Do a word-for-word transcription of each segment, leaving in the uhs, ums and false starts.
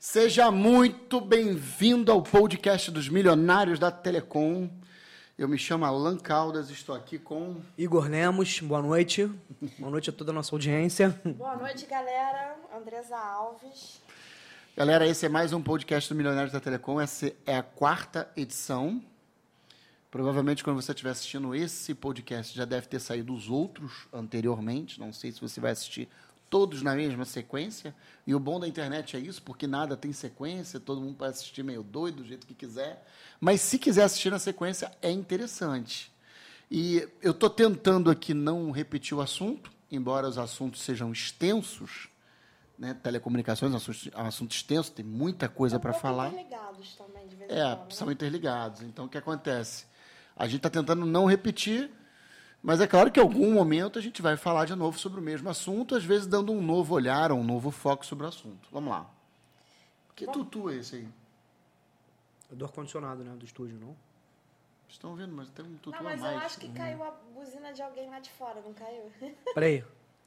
Seja muito bem-vindo ao podcast dos Milionários da Telecom. Eu me chamo Alan Caldas e estou aqui com... Igor Lemos, boa noite. Boa noite a toda a nossa audiência. Boa noite, galera. Andresa Alves. Galera, esse é mais um podcast dos Milionários da Telecom. Essa é a quarta edição. Provavelmente, quando você estiver assistindo esse podcast, já deve ter saído os outros anteriormente. Não sei se você vai assistir todos na mesma sequência. E o bom da internet é isso, porque nada tem sequência, todo mundo pode assistir meio doido, do jeito que quiser. Mas se quiser assistir na sequência, é interessante. E eu estou tentando aqui não repetir o assunto, embora os assuntos sejam extensos, né? Telecomunicações é um assunto, é um assunto extenso, tem muita coisa para falar. São interligados também, de vez em É, quando, são né? interligados. Então, o que acontece? A gente está tentando não repetir, mas é claro que em algum momento a gente vai falar de novo sobre o mesmo assunto, às vezes dando um novo olhar, um novo foco sobre o assunto. Vamos lá. Que Vamos. tutu é esse aí? É do ar-condicionado, né? Do estúdio, não? Estão ouvindo, mas tem um tutu Não, a mas mais. eu acho que caiu a buzina de alguém lá de fora, não caiu? Peraí.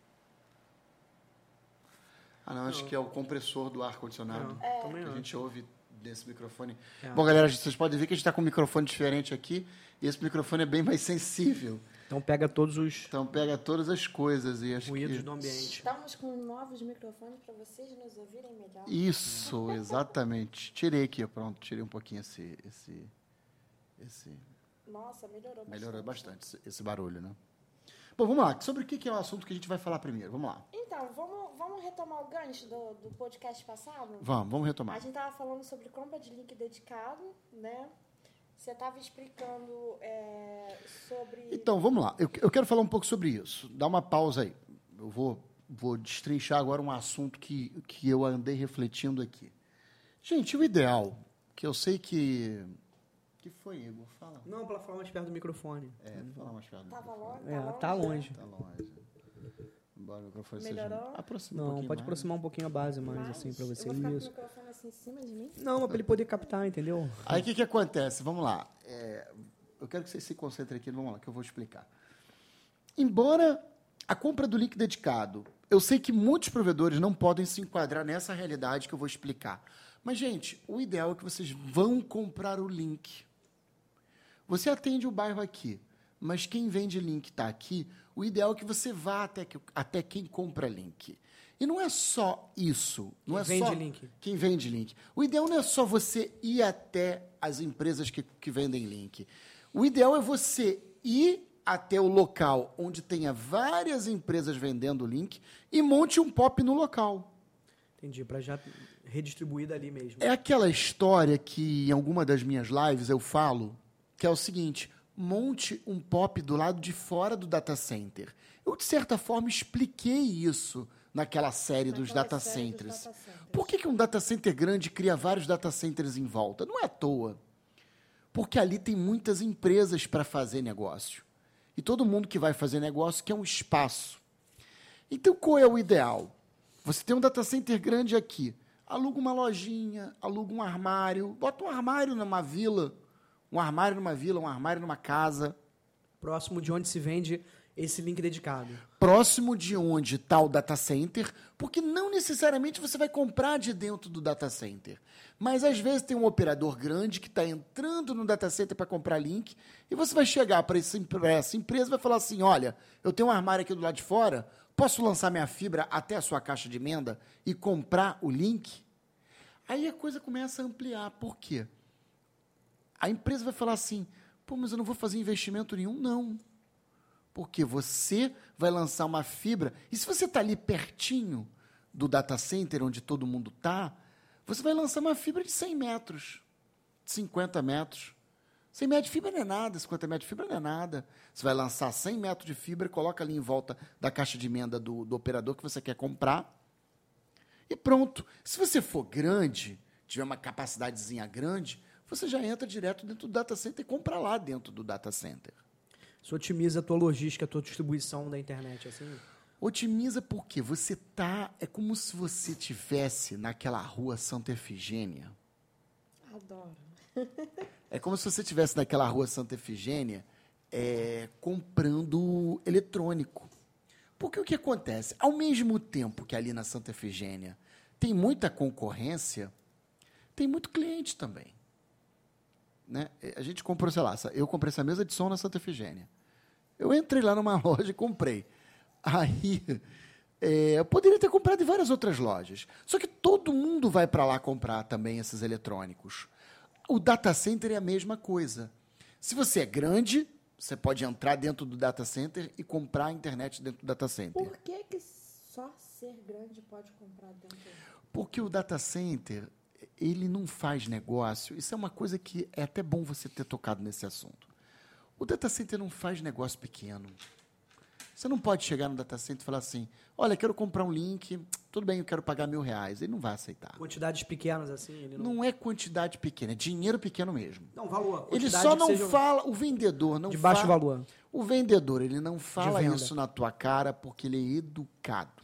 Ah, não, acho que é o compressor do ar-condicionado. Não, É. também Que a não. gente ouve desse microfone. É. Bom, galera, vocês podem ver que a gente está com um microfone diferente aqui, e esse microfone é bem mais sensível. Então pega todos os Então pega todas as coisas e acho ruídos que... do ambiente. Estamos com novos microfones para vocês nos ouvirem melhor. Isso, exatamente. Tirei aqui, pronto, tirei um pouquinho esse... esse, esse... Nossa, melhorou bastante. Melhorou bastante esse, esse barulho, né? Bom, vamos lá. Sobre o que que é o assunto que a gente vai falar primeiro? Vamos lá. Então, vamos, vamos retomar o gancho do, do podcast passado? Vamos, vamos A retomar. gente estava falando sobre compra de link dedicado, né? Você estava explicando é, sobre... Então, vamos lá. Eu, eu quero falar um pouco sobre isso. Dá uma pausa aí. Eu vou, vou destrinchar agora um assunto que, que eu andei refletindo aqui. Gente, o ideal, que eu sei que... que foi, Igor? Fala. Não, para falar mais perto do microfone. É, fala mais perto. do Tava microfone. longe? É, tá longe. Tá longe. Embora o microfone Melhorou? seja... Aproxima um Não, pouquinho pode mais. aproximar um pouquinho a base mais, Mais? assim, para você. Eu vou ficar com o Isso. microfone assim em cima de mim? Não, mas para ele poder captar, entendeu? Aí o que, que acontece? Vamos lá. É, eu quero que vocês se concentrem aqui, vamos lá, que eu vou explicar. Embora a compra do link dedicado, eu sei que muitos provedores não podem se enquadrar nessa realidade que eu vou explicar. Mas, gente, o ideal é que vocês vão comprar o link. Você atende o bairro aqui, mas quem vende link está aqui, o ideal é que você vá até, que, até quem compra link. E não é só isso. Não Quem é vende só link. Quem vende link. O ideal não é só você ir até as empresas que, que vendem link. O ideal é você ir até o local onde tenha várias empresas vendendo link e monte um pop no local. Entendi, para já redistribuir dali mesmo. É aquela história que em alguma das minhas lives eu falo, que é o seguinte: monte um pop do lado de fora do data center. Eu, de certa forma, expliquei isso naquela série dos Naquela data série dos centers. data centers. Por que, que um data center grande cria vários data centers em volta? Não é à toa. Porque ali tem muitas empresas para fazer negócio. E todo mundo que vai fazer negócio quer um espaço. Então, qual é o ideal? Você tem um data center grande aqui. Aluga uma lojinha, aluga um armário, bota um armário numa vila, um armário numa vila, um armário numa casa, Próximo de onde se vende esse link dedicado. próximo de onde está o data center, porque não necessariamente você vai comprar de dentro do data center. Mas, às vezes, tem um operador grande que está entrando no data center para comprar link e você vai chegar para essa empresa e vai falar assim, olha, eu tenho um armário aqui do lado de fora, posso lançar minha fibra até a sua caixa de emenda e comprar o link? Aí a coisa começa a ampliar. Por quê? A empresa vai falar assim, pô, mas eu não vou fazer investimento nenhum? Não. Porque você vai lançar uma fibra, e se você está ali pertinho do data center, onde todo mundo está, você vai lançar uma fibra de cem metros, cinquenta metros. cem metros de fibra não é nada, cinquenta metros de fibra não é nada. Você vai lançar cem metros de fibra, coloca ali em volta da caixa de emenda do, do operador que você quer comprar, e pronto. Se você for grande, tiver uma capacidadezinha grande, você já entra direto dentro do data center e compra lá dentro do data center. Isso otimiza a tua logística, a tua distribuição da internet, assim? Otimiza porque você tá... É como se você tivesse naquela rua Santa Efigênia. Adoro. É como se você tivesse naquela rua Santa Efigênia é, comprando eletrônico. Porque o que acontece? Ao mesmo tempo que ali na Santa Efigênia tem muita concorrência, tem muito cliente também. Né? A gente comprou, sei lá, eu comprei essa mesa de som na Santa Efigênia. Eu entrei lá numa loja e comprei. Aí, é, eu poderia ter comprado em várias outras lojas. Só que todo mundo vai para lá comprar também esses eletrônicos. O data center é a mesma coisa. Se você é grande, você pode entrar dentro do data center e comprar a internet dentro do data center. Por que, que só ser grande pode comprar dentro? Porque o data center, ele não faz negócio. Isso é uma coisa que é até bom você ter tocado nesse assunto. O data center não faz negócio pequeno. Você não pode chegar no data center e falar assim, olha, quero comprar um link, tudo bem, eu quero pagar mil reais. Ele não vai aceitar. Quantidades pequenas, assim? Ele não... Não é quantidade pequena, é dinheiro pequeno mesmo. Não, valor. Ele Quantidade só que não seja fala, o vendedor não de baixo fala. valor. O vendedor, ele não fala venda. isso na tua cara porque ele é educado.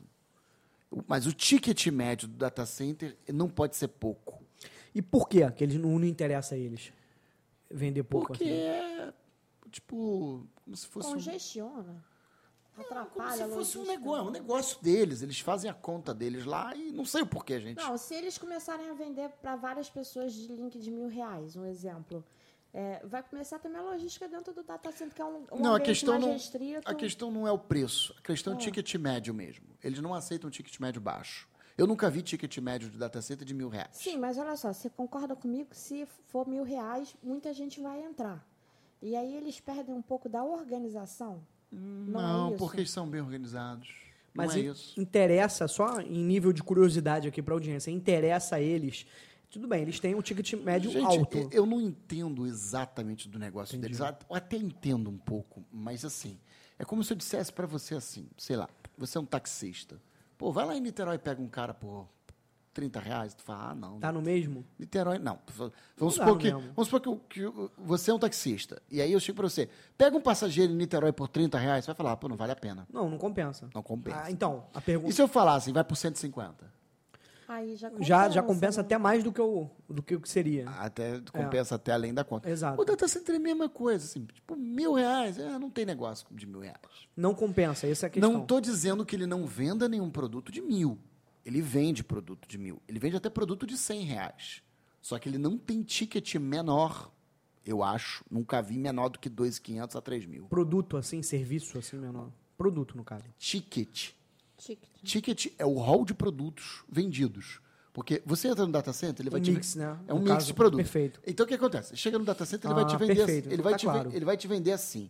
Mas o ticket médio do data center não pode ser pouco. E por quê que eles não, não interessa a eles vender pouco? Porque assim? é, tipo, como se fosse um, Congestiona. como Atrapalha se a fosse um logística. negócio, um negócio deles. Eles fazem a conta deles lá e não sei o porquê, gente. Não, se eles começarem a vender para várias pessoas de link de mil reais, um exemplo, é, vai começar também a logística dentro do data center, que é um, um Não, a ambiente questão mais não, restrito. a questão não é o preço. A questão é o Ah. ticket médio mesmo. Eles não aceitam ticket médio baixo. Eu nunca vi ticket médio de data center de mil reais. Sim, mas olha só, você concorda comigo que se for mil reais, muita gente vai entrar. E aí eles perdem um pouco da organização? Não, Não, é isso? porque eles são bem organizados. Mas não é in- isso. interessa, só em nível de curiosidade aqui para a audiência, interessa a eles. Tudo bem, eles têm um ticket médio Gente, alto. eu- eu não entendo exatamente do negócio deles. Eu até entendo um pouco, mas assim, é como se eu dissesse para você assim, sei lá, você é um taxista. Pô, vai lá em Niterói e pega um cara por trinta reais, tu fala, ah, não. Tá no mesmo? Niterói, não. Vamos Não supor, dá no que, mesmo. vamos supor que, o- que o- você é um taxista. E aí eu chego para você, pega um passageiro em Niterói por trinta reais, você vai falar, pô, não vale a pena. Não, não compensa. Não compensa. Ah, então, a pergunta E se eu falar assim, vai por cento e cinquenta? Aí já já, já compensa, compensa né? até mais do que o, do que o que seria. Até compensa até além da conta. Exato. O data center é a mesma coisa, assim, tipo, mil reais, é, não tem negócio de mil reais. Não compensa, essa é a questão. Não estou dizendo que ele não venda nenhum produto de mil. Ele vende produto de mil. Ele vende até produto de cem reais. Só que ele não tem ticket menor, eu acho. Nunca vi menor do que dois mil e quinhentos a três mil. Produto, assim, serviço, assim, menor. Produto, no caso. Ticket. Ticket. Ticket é o hall de produtos vendidos. Porque você entra no data center, ele vai Um te mix, né? É um No mix caso, de produtos. perfeito. Então o que acontece? Chega no data center, ele vai Ah, te vender perfeito, assim. Ele então vai tá te ven- claro. ele vai te vender assim.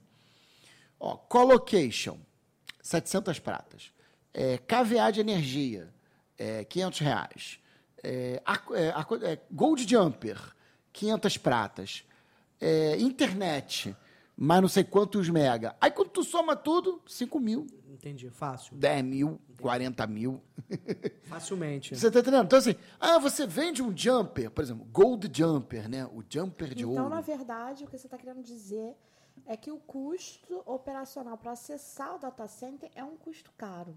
Ó, colocation, setecentas pratas. É, K V A de energia, é, quinhentos reais. É, arco- é, arco- é, Gold Jumper, quinhentas pratas. É, internet, mais não sei quantos mega. Aí quando tu soma tudo, cinco mil, Entendi, fácil. dez mil, quarenta mil. Facilmente. Você tá entendendo? Então, assim, ah, você vende um jumper, por exemplo, Gold Jumper, né? O jumper de Então, ouro. na verdade, o que você está querendo dizer é que o custo operacional para acessar o data center é um custo caro.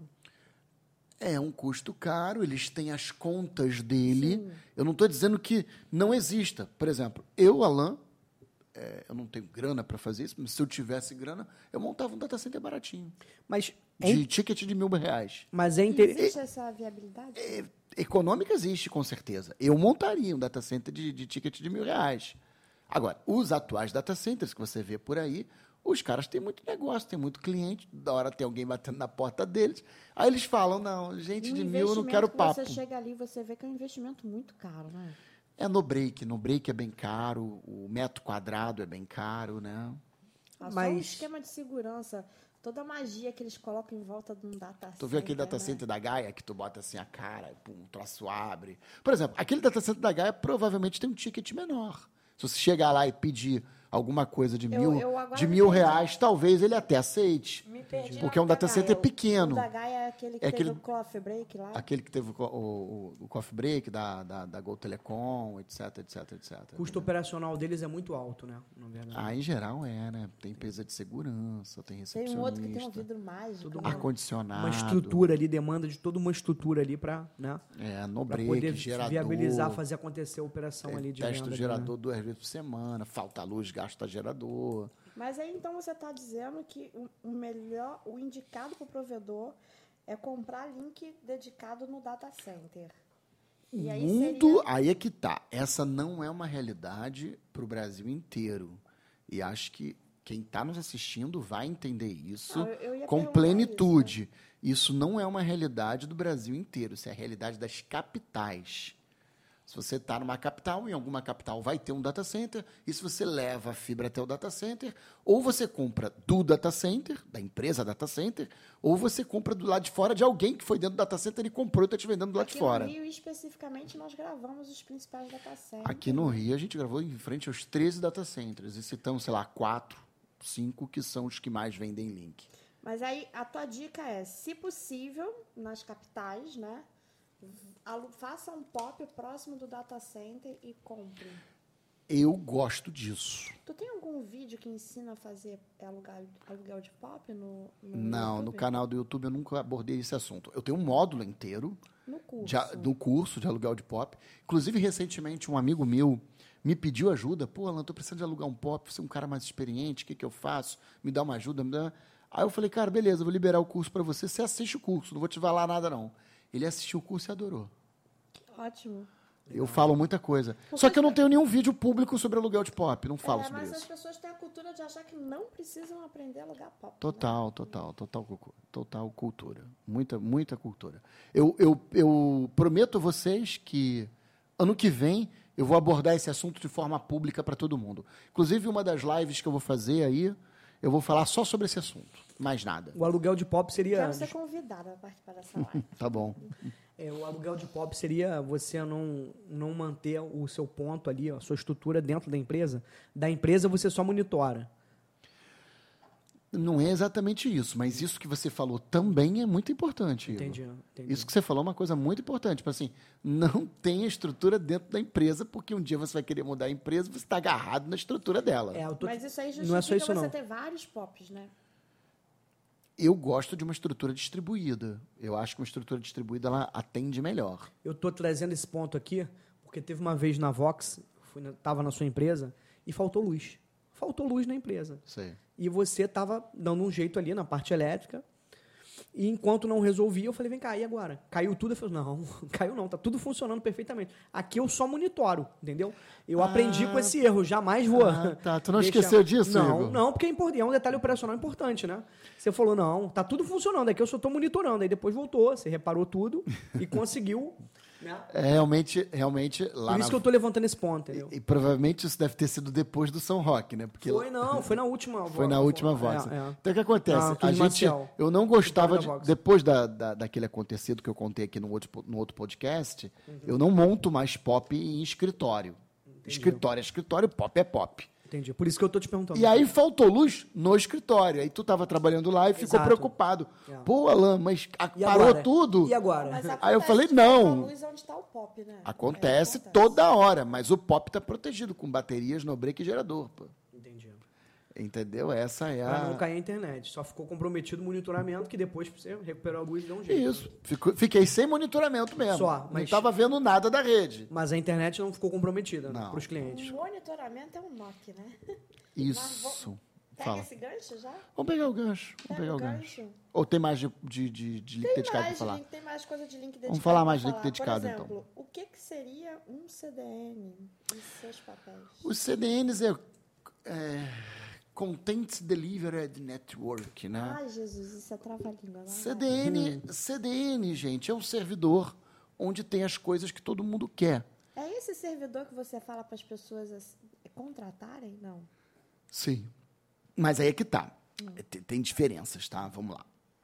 É um custo caro, eles têm as contas dele. Eu não estou dizendo que não exista. Por exemplo, eu, Alan, é, eu não tenho grana para fazer isso, mas se eu tivesse grana, eu montava um data center baratinho. Mas é, De in- ticket de mil reais. mas é interessante. Existe essa viabilidade? É, econômica existe, com certeza. Eu montaria um data center de, de ticket de mil reais. Agora, os atuais data centers que você vê por aí, os caras têm muito negócio, têm muito cliente, da hora tem alguém batendo na porta deles. Aí eles falam, não, gente E o de mil eu não quero investimento que papo. Você chega ali, você vê que é um investimento muito caro, né? É no break, no break é bem caro, o metro quadrado é bem caro, né? Ah, Só Mas- um esquema de segurança, toda a magia que eles colocam em volta de um data center. Tu viu aquele data né? center da Gaia que tu bota assim a cara, pum, o troço abre. Por exemplo, aquele data center da Gaia provavelmente tem um ticket menor. Se você chegar lá e pedir alguma coisa de Eu- mil, eu agora de me mil perdi. reais, talvez ele até aceite. Me perdi Porque na é um data da center Gaia. pequeno. O da Gaia é aquele que É teve aquele- o coffee break lá. Aquele que teve o, co- o, o coffee break da, da, da Gol Telecom, etc, etc, etc. O custo operacional deles é muito alto, né? Na verdade. Ah, em geral é, né? Tem empresa de segurança, tem Tem recepcionista, um outro que tem um vidro mágico. Tudo né? ar-condicionado. Uma estrutura ali, demanda de toda uma estrutura ali para, né? É, no Para break, poder gerador. viabilizar, fazer acontecer a operação é, ali de testa venda o ali, gerador né? duas vezes por semana, falta luz, gasta gerador. Mas aí então você está dizendo que o, o melhor, o indicado para o provedor é comprar link dedicado no data center. O E aí mundo, seria- aí é que tá. Essa não é uma realidade para o Brasil inteiro. E acho que quem está nos assistindo vai entender isso Não, eu- eu ia com perguntar plenitude. Isso, não é uma realidade do Brasil inteiro. Isso é a realidade das capitais. Se você está numa capital, em alguma capital vai ter um data center, e se você leva a fibra até o data center, ou você compra do data center, da empresa data center, ou você compra do lado de fora de alguém que foi dentro do data center e comprou e está te vendendo do lado Aqui de fora. no Rio, especificamente, nós gravamos os principais data centers. Aqui no Rio, a gente gravou em frente aos treze data centers, e citamos, sei lá, quatro, cinco que são os que mais vendem link. Mas aí, a tua dica é, se possível, nas capitais, né? alu- Faça um pop próximo do data center e compre. Eu gosto disso. Tu tem algum vídeo que ensina a fazer aluguel, aluguel de pop no, no Não, no YouTube? canal do YouTube eu nunca abordei esse assunto. Eu tenho um módulo inteiro No curso. de, a- do curso de aluguel de pop. Inclusive, recentemente, um amigo meu me pediu ajuda. Pô, Alan, tô precisando de alugar um pop, você é um cara mais experiente, o que, que eu faço? Me dá uma ajuda, me dá... Aí eu falei, cara, beleza, eu vou liberar o curso para você, você assiste o curso, não vou te falar nada, não. Ele assistiu o curso e adorou. Ótimo. Eu falo muita coisa. Porque Só que eu não tenho nenhum vídeo público sobre aluguel de pop, não falo É, sobre mas as isso. pessoas têm a cultura de achar que não precisam aprender a alugar pop. né? Total, total, total, cu- total cultura. Muita, muita cultura. Eu, eu, eu prometo a vocês que ano que vem eu vou abordar esse assunto de forma pública para todo mundo. Inclusive, uma das lives que eu vou fazer aí, eu vou falar só sobre esse assunto. Mais nada. O aluguel de pop seria. Quero ser convidada a participar dessa live. Tá bom. É, o aluguel de pop seria você não, não manter o seu ponto ali, a sua estrutura dentro da empresa. Da empresa você só monitora. Não é exatamente isso, mas isso que você falou também é muito importante. Igor. Entendi, entendi. Isso que você falou é uma coisa muito importante. Tipo assim, não tem estrutura dentro da empresa, porque um dia você vai querer mudar a empresa e você está agarrado na estrutura dela. É, eu tô- Mas isso aí justifica não é só isso, você não. ter vários pops, né? Eu gosto de uma estrutura distribuída. Eu acho que uma estrutura distribuída ela atende melhor. Eu estou trazendo esse ponto aqui, porque teve uma vez na Vox, estava na sua empresa, e faltou luz. Faltou luz na empresa. Sei. E você estava dando um jeito ali na parte elétrica. E enquanto não resolvia, eu falei, vem cá, e agora? Caiu tudo? Eu falei, não, caiu não, tá tudo funcionando perfeitamente. Aqui eu só monitoro, entendeu? Eu Ah, aprendi com esse erro, jamais vou... Ah, tá. Tu não deixar- esqueceu disso, Não, Igor? não, porque é, import- é um detalhe operacional importante, né? Você falou, não, tá tudo funcionando, aqui eu só estou monitorando. Aí depois voltou, você reparou tudo e conseguiu... Né? É, realmente, realmente lá Por isso na... que eu estou levantando esse ponto, entendeu? E, e provavelmente isso deve ter sido depois do São Roque, né? Porque Foi não, foi na última Vox. foi na última Vox. É, né? é. Então o que acontece? Ah, tudo a gente, Maciel. eu não gostava Vitória de, da Vox. depois da, da, daquele acontecido que eu contei aqui no outro, po- no outro podcast, Uhum. eu não monto mais pop em escritório. Escritório é escritório, pop é pop. Entendi, por isso que eu estou te perguntando. E aí faltou luz no escritório. Aí tu estava trabalhando lá e ficou Exato. preocupado. É. Pô, Alan, mas a- E parou agora? tudo? E agora? Mas Aí eu acontece falei, de faltar não. luz onde está o pop, né? Acontece É, toda hora, mas o pop está protegido com baterias, no break e gerador. Pô. Entendi. Entendeu? Essa é Pra não a... cair a internet. Só ficou comprometido o monitoramento, que depois você recuperou a luz e deu um jeito. Isso. Fico- fiquei sem monitoramento mesmo. Só, Não mas- estava vendo nada da rede. Mas a internet não ficou comprometida Não. para os clientes. O monitoramento é um Nokia, né? Isso. Pega Fala. esse gancho já? Vamos pegar o gancho. Vamos Pega pegar o o gancho. gancho. Ou tem mais de, de, de, de link Tem dedicado para mais, falar? link, tem mais coisa de link dedicado. Vamos falar pra mais de link falar. dedicado, Por então. exemplo, o que, que seria um C D N em seus papéis? Os C D Ns é, é Content Delivered Network, né? Ai, Jesus, isso é trava-língua. não C vai. D N, C D N, gente, é um servidor onde tem as coisas que todo mundo quer. É esse servidor que você fala para as pessoas assim, contratarem? Não. Sim. Mas aí é que tá. Tem, tem diferenças, tá? Vamos lá.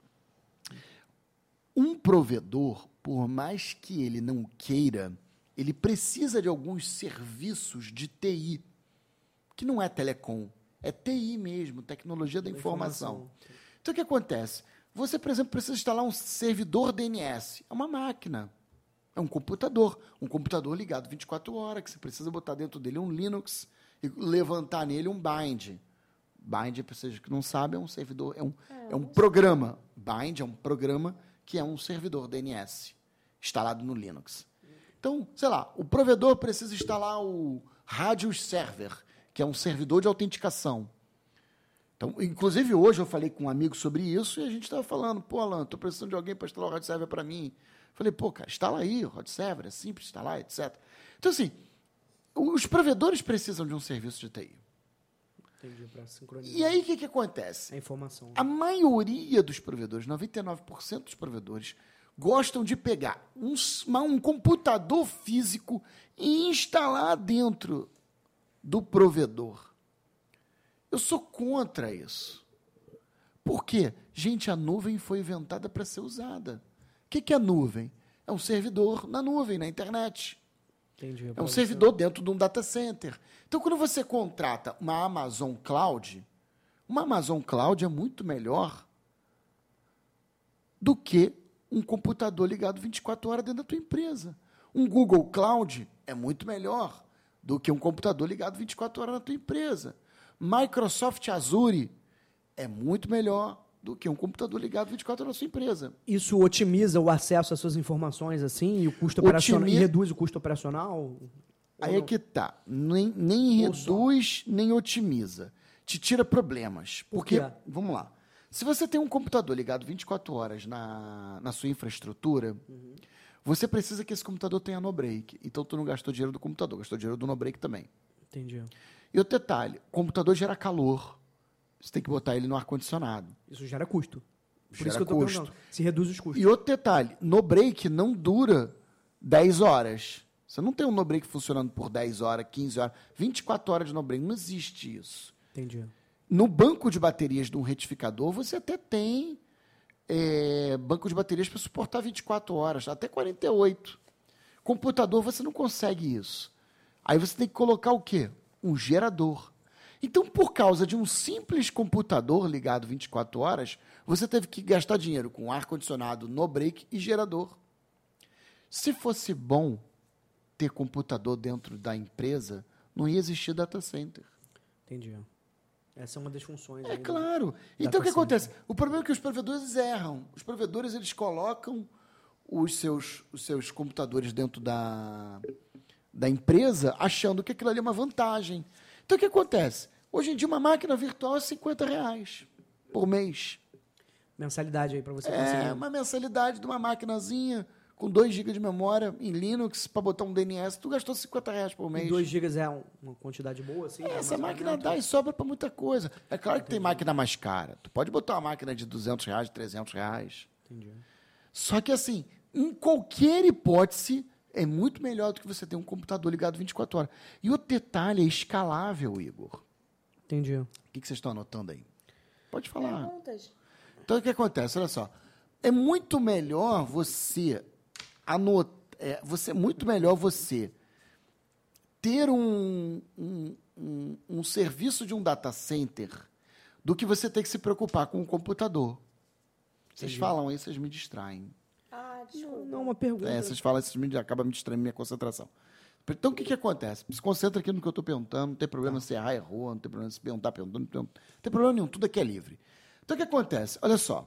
Um provedor, por mais que ele não queira, ele precisa de alguns serviços de T I, que não é telecom, é T I mesmo, tecnologia da informação. Então, o que acontece? Você, por exemplo, precisa instalar um servidor D N S. É uma máquina. É um computador. Um computador ligado vinte e quatro horas, que você precisa botar dentro dele um Linux e levantar nele um bind. Bind, para vocês que não sabem, é um servidor, é um, é um programa. Bind é um programa que é um servidor D N S instalado no Linux. Então, sei lá, o provedor precisa instalar o Radius Server, que é um servidor de autenticação. Então, inclusive, hoje eu falei com um amigo sobre isso e a gente estava falando, pô, Alan, estou precisando de alguém para instalar o Radius Server para mim. Falei, pô, cara, instala aí, o hot server, é simples instalar, etcétera. Então, assim, os provedores precisam de um serviço de T I. Entendi, para sincronizar. E aí, o que, que acontece? A informação. A maioria dos provedores, noventa e nove por cento dos provedores, gostam de pegar um, um computador físico e instalar dentro do provedor. Eu sou contra isso. Por quê? Gente, a nuvem foi inventada para ser usada. O que, que é nuvem? É um servidor na nuvem, na internet. Entendi. É um servidor dentro de um data center. Então, quando você contrata uma Amazon Cloud, uma Amazon Cloud é muito melhor do que um computador ligado vinte e quatro horas dentro da tua empresa. Um Google Cloud é muito melhor do que um computador ligado vinte e quatro horas na tua empresa. Microsoft Azure é muito melhor do que um computador ligado vinte e quatro horas na sua empresa. Isso otimiza o acesso às suas informações, assim, e o custo operacional, e reduz o custo operacional? Aí é que tá. Nem, nem reduz, nem otimiza. Te tira problemas. Porque, Por quê? vamos lá. Se você tem um computador ligado vinte e quatro horas na, na sua infraestrutura, uhum. você precisa que esse computador tenha no-break. Então, tu não gastou dinheiro do computador, gastou dinheiro do no-break também. Entendi. E outro detalhe, o computador gera calor. Você tem que botar ele no ar-condicionado. Isso gera custo. Por gera isso que eu tô custo. perguntando. Se reduz os custos. E outro detalhe, no-break não dura dez horas. Você não tem um no-break funcionando por dez horas, quinze horas, vinte e quatro horas de no-break. Não existe isso. Entendi. No banco de baterias de um retificador, você até tem é, banco de baterias para suportar vinte e quatro horas, até quarenta e oito. Computador, você não consegue isso. Aí você tem que colocar o quê? Um gerador. Então, por causa de um simples computador ligado vinte e quatro horas, você teve que gastar dinheiro com ar-condicionado, no-break e gerador. Se fosse bom ter computador dentro da empresa, não ia existir data center. Entendi. Essa é uma das funções. É aí claro. Do... Então, o que acontece? O problema é que os provedores erram. Os provedores, eles colocam os seus, os seus computadores dentro da, da empresa, achando que aquilo ali é uma vantagem. Então, o que acontece? Hoje em dia, uma máquina virtual é cinquenta reais por mês. Mensalidade aí para você é, conseguir. É, uma mensalidade de uma maquinazinha com dois gigas de memória em Linux para botar um D N S. Tu gastou cinquenta reais por mês. E dois gigas é uma quantidade boa, assim? É, essa máquina dá e sobra para muita coisa. É claro que Entendi. Tem máquina mais cara. Tu pode botar uma máquina de duzentos reais, trezentos reais. Entendi. Só que, assim, em qualquer hipótese, é muito melhor do que você ter um computador ligado vinte e quatro horas. E o detalhe é escalável, Igor. Entendi. O que, que vocês estão anotando aí? Pode falar. Perguntas. Então, o que acontece? Olha só. É muito melhor você anotar... É, você, muito melhor você ter um, um, um, um serviço de um data center do que você ter que se preocupar com o computador. Vocês Entendi. Falam aí, vocês me distraem. Ah, desculpa. Não, não uma pergunta. É, vocês falam, vocês me, acabam me distraindo minha concentração. Então, o que, que acontece? Se concentra aqui no que eu estou perguntando, não tem problema se errar, errou, não tem problema se perguntar, perguntou, não tem, não tem problema nenhum, tudo aqui é livre. Então, o que acontece? Olha só.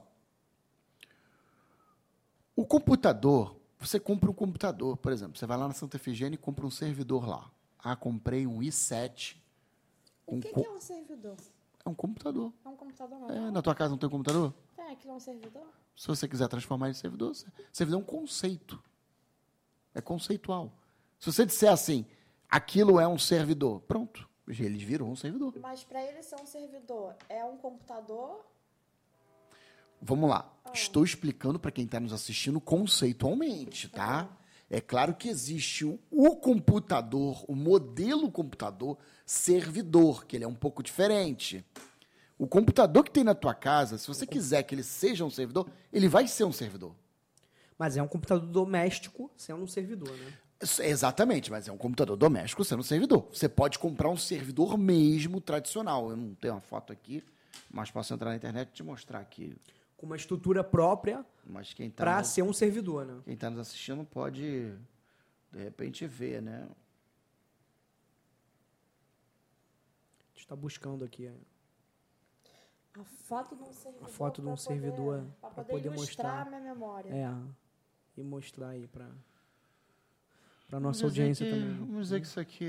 O computador, você compra um computador, por exemplo, você vai lá na Santa Efigênia e compra um servidor lá. Ah, comprei um i sete. O que, com... que é um servidor? É um computador. É um computador não? É, na tua casa não tem um computador? Tem, aquilo é um servidor? Se você quiser transformar em servidor, servidor é um conceito. É conceitual. Se você disser assim, aquilo é um servidor, pronto, eles viram um servidor. Mas para ele ser um servidor, é um computador? Vamos lá. Ah. Estou explicando para quem está nos assistindo conceitualmente, tá? Uhum. É claro que existe o, o computador, o modelo computador servidor, que ele é um pouco diferente. O computador que tem na tua casa, se você quiser que ele seja um servidor, ele vai ser um servidor. Mas é um computador doméstico sendo um servidor, né? Exatamente, mas é um computador doméstico sendo um servidor. Você pode comprar um servidor mesmo tradicional. Eu não tenho uma foto aqui, mas posso entrar na internet e te mostrar aqui. Com uma estrutura própria tá para ser um servidor, né? Quem está nos assistindo pode, de repente, ver, né? A gente está buscando aqui. A foto de um servidor. A foto de um servidor para poder, poder, poder mostrar a minha memória. É, e mostrar aí para para nossa audiência que, também. Vamos dizer que isso aqui...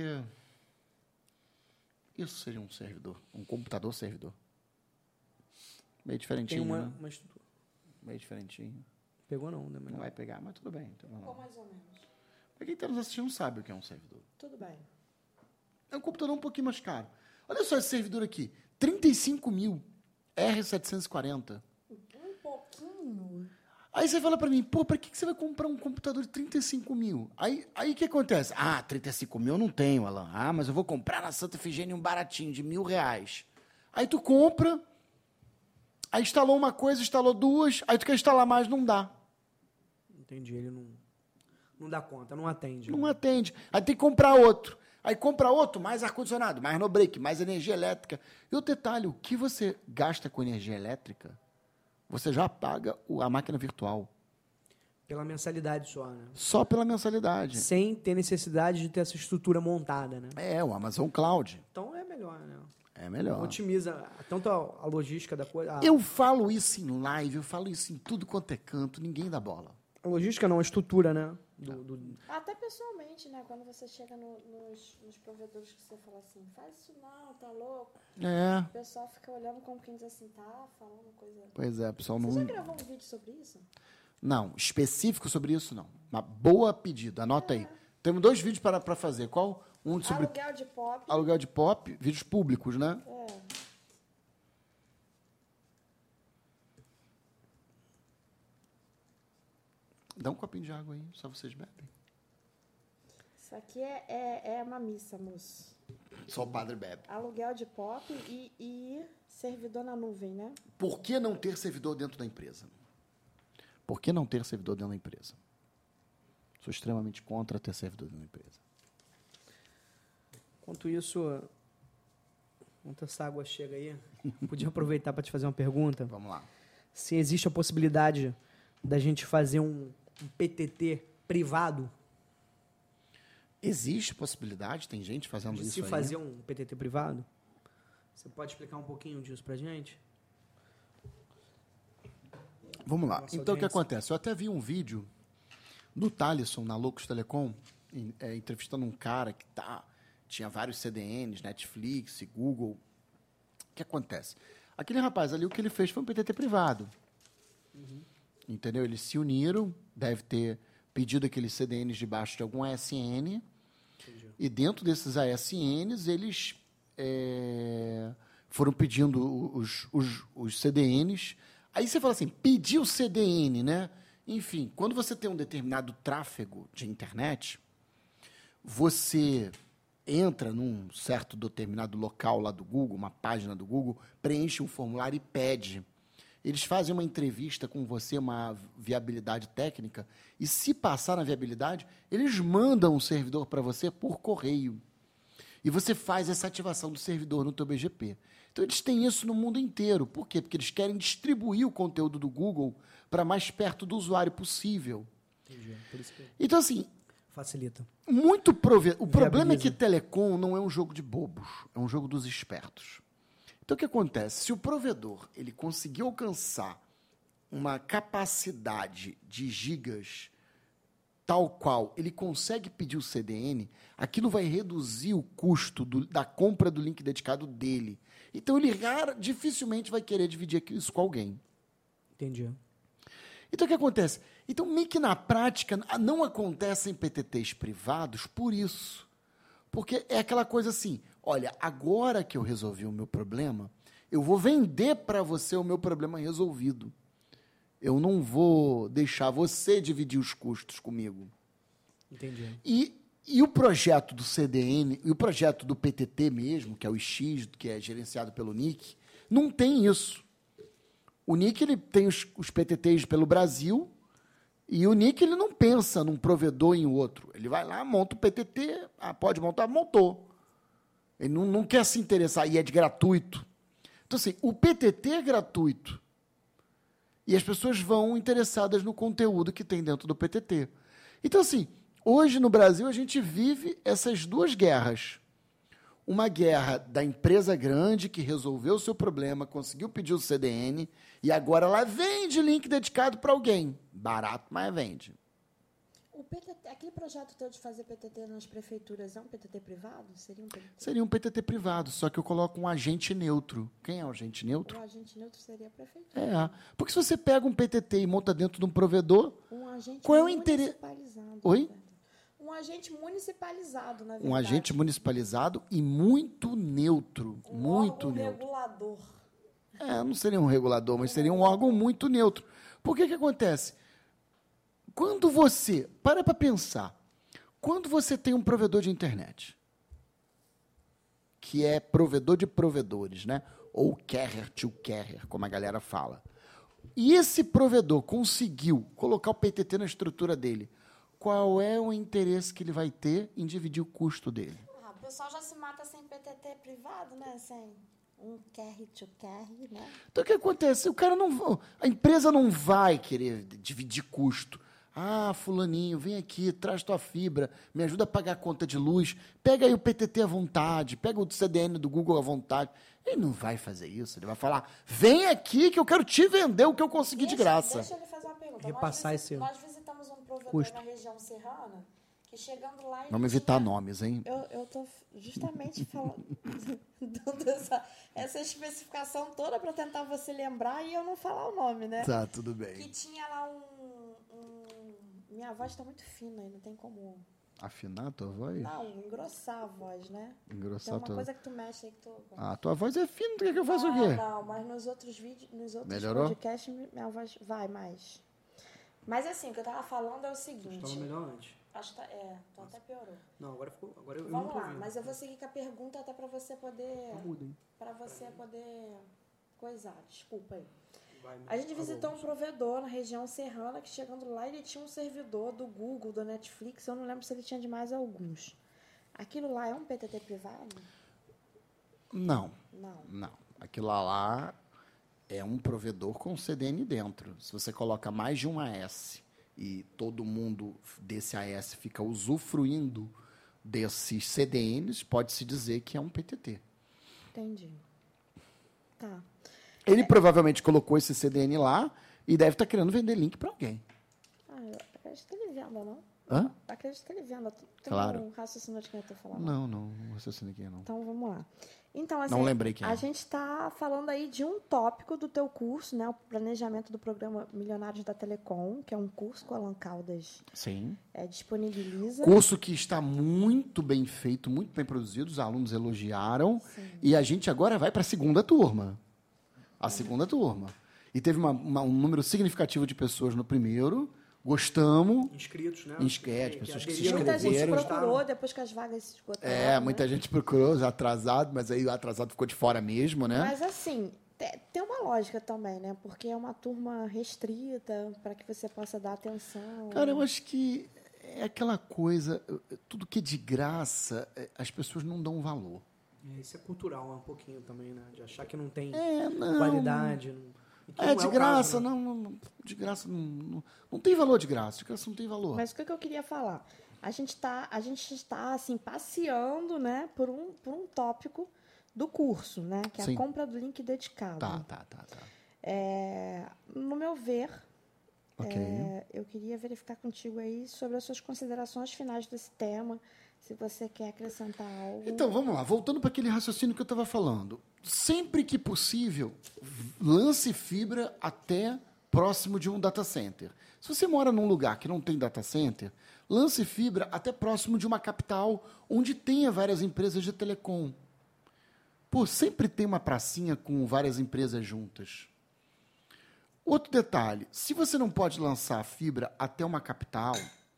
Isso seria um servidor, um computador servidor. Meio diferentinho, Tem uma, né? uma estrutura. Meio diferentinho. Pegou não, né? Não vai pegar, mas tudo bem. Então, Ou mais ou menos. pra quem está nos assistindo não sabe o que é um servidor. Tudo bem. É um computador um pouquinho mais caro. Olha só esse servidor aqui. trinta e cinco mil. R setecentos e quarenta. Um pouquinho. Aí você fala pra mim, pô, pra que que você vai comprar um computador de trinta e cinco mil? Aí o aí que acontece? Ah, trinta e cinco mil eu não tenho, Alan. Ah, mas eu vou comprar na Santa Efigênia um baratinho, de mil reais. Aí tu compra, aí instalou uma coisa, instalou duas, aí tu quer instalar mais, não dá. Entendi, ele não, não dá conta, não atende. Não atende. Aí tem que comprar outro. Aí compra outro, mais ar-condicionado, mais no break, mais energia elétrica. E o detalhe, o que você gasta com energia elétrica, você já paga o- a máquina virtual. Pela mensalidade só, né? Só pela mensalidade. Sem ter necessidade de ter essa estrutura montada, né? É, o Amazon Cloud. Então é melhor, né? É melhor. Otimiza tanto a, a logística da coisa. A, Eu falo isso em live, eu falo isso em tudo quanto é canto, ninguém dá bola. a logística não, a estrutura, né? Do, do- Até pessoalmente, né? Quando você chega no- nos, nos provedores que você fala assim, faz isso não, tá louco. É, O pessoal fica olhando como quem diz assim, tá falando coisa... pois é, pessoal Você já não... gravou um vídeo sobre isso? Não, específico sobre isso não. Uma boa pedida, anota aí. Temos dois vídeos para para fazer. Qual? Um sobre Aluguel de pop. aluguel de pop, vídeos públicos, né? É. Dá um copinho de água aí, só vocês bebem. Isso aqui é, é, é uma missa, moço. Só o padre bebe. Aluguel de pop e, e servidor na nuvem, né? Por que não ter servidor dentro da empresa? Por que não ter servidor dentro da empresa? Sou extremamente contra ter servidor dentro da empresa. Enquanto isso, enquanto essa água chega aí, podia aproveitar para te fazer uma pergunta. Vamos lá. Se existe a possibilidade da gente fazer um, um P T T privado, Existe possibilidade? Tem gente fazendo de isso se aí? fazer um P T T privado? Você pode explicar um pouquinho disso pra gente? Vamos lá. Nossa Então, o que audiência. acontece? Eu até vi um vídeo do Thalisson, na Loucos Telecom, em- é, entrevistando um cara que tá, tinha vários C D Ns, Netflix, Google. O que acontece? Aquele rapaz ali, o que ele fez foi um P T T privado. Entendeu? Eles se uniram, deve ter pedido aqueles C D Ns debaixo de algum A S N, e dentro desses A S Ns, eles é, foram pedindo os, os, os C D Ns. Aí você fala assim, pedir o C D N, né? Enfim, quando você tem um determinado tráfego de internet, você entra num certo determinado local lá do Google, uma página do Google, preenche um formulário e pede. Eles fazem uma entrevista com você, uma viabilidade técnica, e se passar na viabilidade, eles mandam um servidor para você por correio. E você faz essa ativação do servidor no teu B G P. Então, eles têm isso no mundo inteiro. Por quê? Porque eles querem distribuir o conteúdo do Google para mais perto do usuário possível. Entendi. Por isso que Então, assim, facilita. muito prove... O problema é Viabiliza. que telecom não é um jogo de bobos, é um jogo dos espertos. Então, o que acontece? Se o provedor ele conseguir alcançar uma capacidade de gigas tal qual ele consegue pedir o C D N, aquilo vai reduzir o custo do- da compra do link dedicado dele. Então, ele rara, dificilmente vai querer dividir isso com alguém. Entendi. Então, o que acontece? Então, meio que na prática, não acontecem P T Ts privados por isso. Porque é aquela coisa assim, olha, agora que eu resolvi o meu problema, eu vou vender para você o meu problema resolvido. Eu não vou deixar você dividir os custos comigo. Entendi. E, e o projeto do C D N, e o projeto do P T T mesmo, que é o X, que é gerenciado pelo N I C, não tem isso. O N I C ele tem os, os P T Ts pelo Brasil, e o N I C ele não pensa num provedor em outro. Ele vai lá, monta o P T T, ah, pode montar, montou. Ele não, não quer se interessar, e é de gratuito. Então, assim, o P T T é gratuito. E as pessoas vão interessadas no conteúdo que tem dentro do P T T. Então, assim, hoje no Brasil a gente vive essas duas guerras. Uma guerra da empresa grande que resolveu o seu problema, conseguiu pedir o C D N, e agora ela vende link dedicado para alguém. Barato, mas vende. O P T T, aquele projeto teu de fazer P T T nas prefeituras é um P T T privado? Seria um P T T? Seria um P T T privado, só que eu coloco um agente neutro. Quem é o agente neutro? O agente neutro seria a prefeitura. É, porque se você pega um P T T e monta dentro de um provedor, Um agente qual é o interesse? municipalizado. Oi? na verdade. Um agente municipalizado, na verdade. Um agente municipalizado e muito neutro, Um muito órgão neutro. regulador. É, não seria um regulador, mas seria um órgão muito neutro. Por que que acontece? Quando você, para para pensar, quando você tem um provedor de internet, que é provedor de provedores, né? Ou carrier to carrier, como a galera fala, e esse provedor conseguiu colocar o P T T na estrutura dele, qual é o interesse que ele vai ter em dividir o custo dele? Ah, o pessoal já se mata sem P T T privado, né? Sem um carry to carry, né? Então, o que acontece? O cara não, a empresa não vai querer dividir custo. Ah, fulaninho, vem aqui, traz tua fibra, me ajuda a pagar a conta de luz, pega aí o P T T à vontade, pega o C D N do Google à vontade. Ele não vai fazer isso, ele vai falar, vem aqui que eu quero te vender o que eu consegui de Deixa- graça. Deixa eu lhe fazer uma pergunta. Repassar nós, esse nós visitamos um provedor custo. na região serrana, que chegando lá... ele Vamos evitar tinha- nomes, hein? Eu, eu tô justamente falando, dando essa, essa especificação toda para tentar você lembrar e eu não falar o nome, né? Tá, tudo Que bem. tinha lá um, um... Minha voz tá muito fina aí, não tem como... Afinar a tua voz? Não, engrossar a voz, né? Engrossar Tem a uma tua... coisa que tu mexe aí que tu... Ah, a tua voz é fina, tu quer que eu faça o Não, quê? não, mas nos outros vídeos, nos outros Melhorou? podcasts, minha voz vai mais. Mas assim, o que eu tava falando é o seguinte... Estava melhor antes. Acho que tá, é, então até piorou. Não, agora ficou. Agora eu, eu Vamos não tô lá, ouvindo. mas eu vou seguir com a pergunta até pra você poder... Tá mudo, hein? Pra você poder coisar, desculpa aí. Vai, A gente tá visitou bom. um provedor na região serrana que chegando lá ele tinha um servidor do Google, do Netflix, eu não lembro se ele tinha de mais alguns. Aquilo lá é um P T T privado? Não, Não. não. Aquilo lá é um provedor com C D N dentro. Se você coloca mais de um A S e todo mundo desse A S fica usufruindo desses C D Ns, pode-se dizer que é um P T T. Entendi. Tá. Ele provavelmente colocou esse C D N lá e deve estar querendo vender link para alguém. Ah, eu acredito que ele venda, não? Hã? Eu acredito que ele venda. Tem Claro. um raciocínio de quem eu tô falando? Não, não, não raciocínio aqui, não. Então, vamos lá. Então, assim, Não lembrei quem a é. gente está falando aí de um tópico do teu curso, né? O planejamento do programa Milionários da Telecom, que é um curso que o Alan Caldas Sim. é, disponibiliza. Curso que está muito bem feito, muito bem produzido, os alunos elogiaram. E a gente agora vai para a segunda turma. A segunda turma. E teve uma- uma- um número significativo de pessoas no primeiro. Gostamos. Inscritos, né? Inscri- é, de pessoas que se aderiram, Muita gente inscreveram. procurou depois que as vagas se esgotaram. É, né? muita gente procurou, atrasado, mas aí o atrasado ficou de fora mesmo, né? Mas assim, te- tem uma lógica também, né? Porque é uma turma restrita para que você possa dar atenção. Cara, eu acho que é aquela coisa, tudo que é de graça, é, as pessoas não dão valor. É, isso é cultural, é um pouquinho também, né? De achar que não tem É, não. qualidade. não- e que É, não de o graça, caso, né? não, não, de graça não, não, não tem valor de graça, de graça não tem valor. Mas o que que eu queria falar? A gente está, a gente está assim, passeando, né, por um, por um tópico do curso, né? Que é Sim. a compra do link dedicado. Tá, tá, tá, tá. É, no meu ver, Ok. é, eu queria verificar contigo aí sobre as suas considerações finais desse tema, se você quer acrescentar algo. Então, vamos lá, voltando para aquele raciocínio que eu estava falando. Sempre que possível, lance fibra até próximo de um data center. Se você mora num lugar que não tem data center, lance fibra até próximo de uma capital onde tenha várias empresas de telecom. Pô, sempre tem uma pracinha com várias empresas juntas. Outro detalhe, se você não pode lançar fibra até uma capital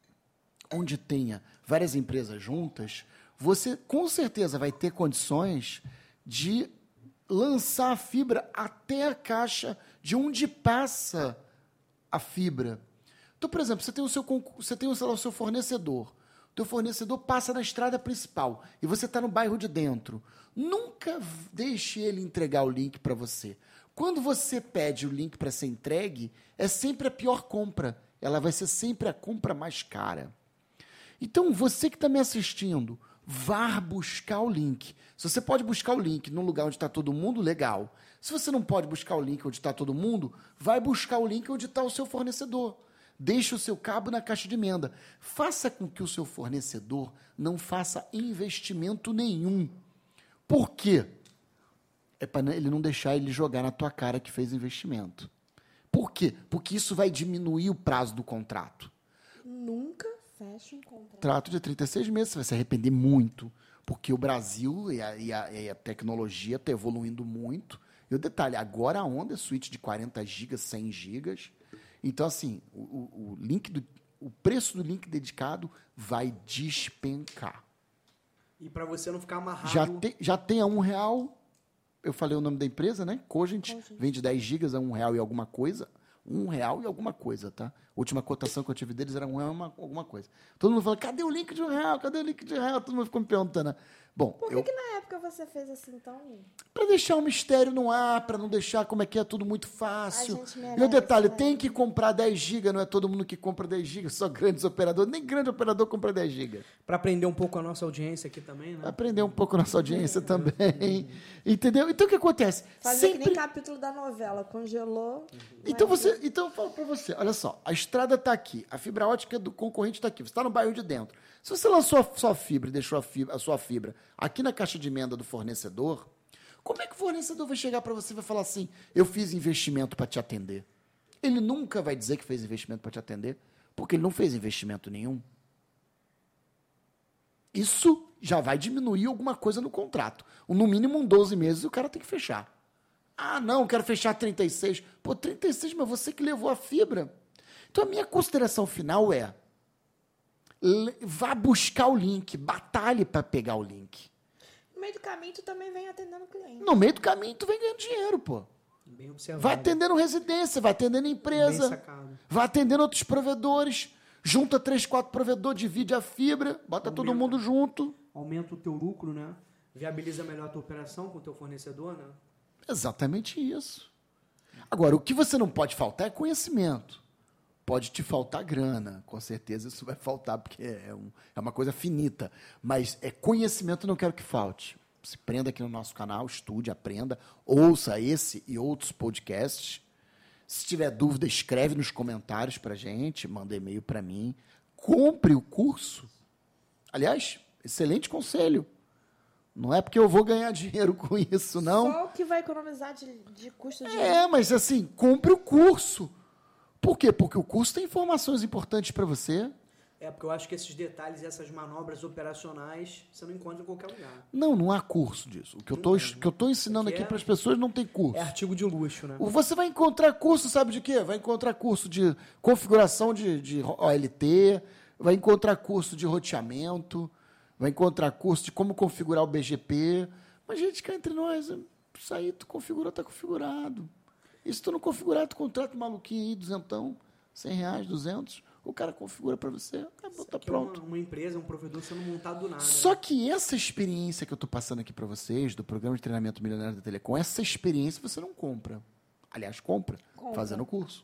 onde tenha várias empresas juntas, você com certeza vai ter condições de lançar a fibra até a caixa de onde passa a fibra. Então, por exemplo, você tem o seu, concur- você tem, sei lá, o seu fornecedor. O teu fornecedor passa na estrada principal e você está no bairro de dentro. Nunca v- deixe ele entregar o link para você. Quando você pede o link para ser entregue, é sempre a pior compra. Ela vai ser sempre a compra mais cara. Então, você que está me assistindo, vá buscar o link. Se você pode buscar o link num lugar onde está todo mundo, legal. Se você não pode buscar o link onde está todo mundo, vai buscar o link onde está o seu fornecedor. Deixe o seu cabo na caixa de emenda. Faça com que o seu fornecedor não faça investimento nenhum. Por quê? É para ele não deixar ele jogar na tua cara que fez investimento. Por quê? Porque isso vai diminuir o prazo do contrato. Nunca fecha um contrato. Contrato de trinta e seis meses, você vai se arrepender muito, porque o Brasil e a, e a, e a tecnologia está evoluindo muito. E o detalhe, agora a onda é switch de quarenta gigas, cem gigas. Então, assim, o, o, o, link do, o preço do link dedicado vai despencar. E para você não ficar amarrado... Já, te, já tem a um real, eu falei o nome da empresa, né? Cogent, Cogent. Vende dez gigas a um real e alguma coisa. Um real e alguma coisa, tá? A última cotação que eu tive deles era um real e uma, alguma coisa. Todo mundo falou, cadê o link de um real? Cadê o link de um real? Todo mundo ficou me perguntando, né? Bom, Por que, eu... que na época você fez assim tão... Para deixar o mistério no ar, para não deixar como é que é tudo muito fácil. A gente E o merece, detalhe, né? tem que comprar dez gigas, não é todo mundo que compra dez gigas, só grandes operadores, nem grande operador compra dez gigas. Para aprender um pouco a nossa audiência aqui também, né? Aprender um pouco nossa audiência também. Entendeu? Então o que acontece? Fazer Sempre... que nem capítulo da novela. Congelou. Então, vai você, ver. então eu falo para você, olha só, a estrada está aqui, a fibra ótica do concorrente está aqui, você está no bairro de dentro. Se você lançou a sua fibra e deixou a, fibra, a sua fibra aqui na caixa de emenda do fornecedor, como é que o fornecedor vai chegar para você e vai falar assim, eu fiz investimento para te atender? Ele nunca vai dizer que fez investimento para te atender, porque ele não fez investimento nenhum. Isso já vai diminuir alguma coisa no contrato. No mínimo, um doze meses, o cara tem que fechar. Ah, não, quero fechar trinta e seis. Pô, trinta e seis, mas você que levou a fibra. Então, a minha consideração final é, vá buscar o link, batalhe para pegar o link. No meio do caminho, tu também vem atendendo o cliente. No meio do caminho, tu vem ganhando dinheiro, pô. Bem observado. Vai atendendo residência, vai atendendo empresa, Bem sacado. vai atendendo outros provedores, junta três, quatro provedores, divide a fibra, bota todo Aumenta. mundo junto. Aumenta o teu lucro, né? Viabiliza melhor a tua operação com o teu fornecedor, né? Exatamente isso. Agora, o que você não pode faltar é conhecimento. Pode te faltar grana, com certeza isso vai faltar, porque é, um, é uma coisa finita. Mas é conhecimento, não quero que falte. Se prenda aqui no nosso canal, estude, aprenda, ouça esse e outros podcasts. Se tiver dúvida, escreve nos comentários para a gente, manda e-mail para mim. Compre o curso. Aliás, excelente conselho. Não é porque eu vou ganhar dinheiro com isso, não. Só o que vai economizar de, de custo de... É, mas assim, compre o curso. Por quê? Porque o curso tem informações importantes para você. É, porque eu acho que esses detalhes e essas manobras operacionais você não encontra em qualquer lugar. Não, não há curso disso. O que eu tô, Não, que eu tô ensinando porque aqui é- para as pessoas não tem curso. É artigo de luxo, né? O- Você vai encontrar curso, sabe de quê? Vai encontrar curso de configuração de, de O L T, vai encontrar curso de roteamento, vai encontrar curso de como configurar o B G P. Mas, gente, cá entre nós, isso aí tu configurou, tá configurado. E se tu não configurar, tu contrata um maluquinho aí, duzentão, cem reais, duzentos, o cara configura para você, acabou, tá Aqui é uma- pronto. Uma, empresa, um provedor sendo montado do nada. Só né? que essa experiência que eu estou passando aqui para vocês, do programa de treinamento milionário da Telecom, essa experiência você não compra. Aliás, compra, Compra. fazendo o curso.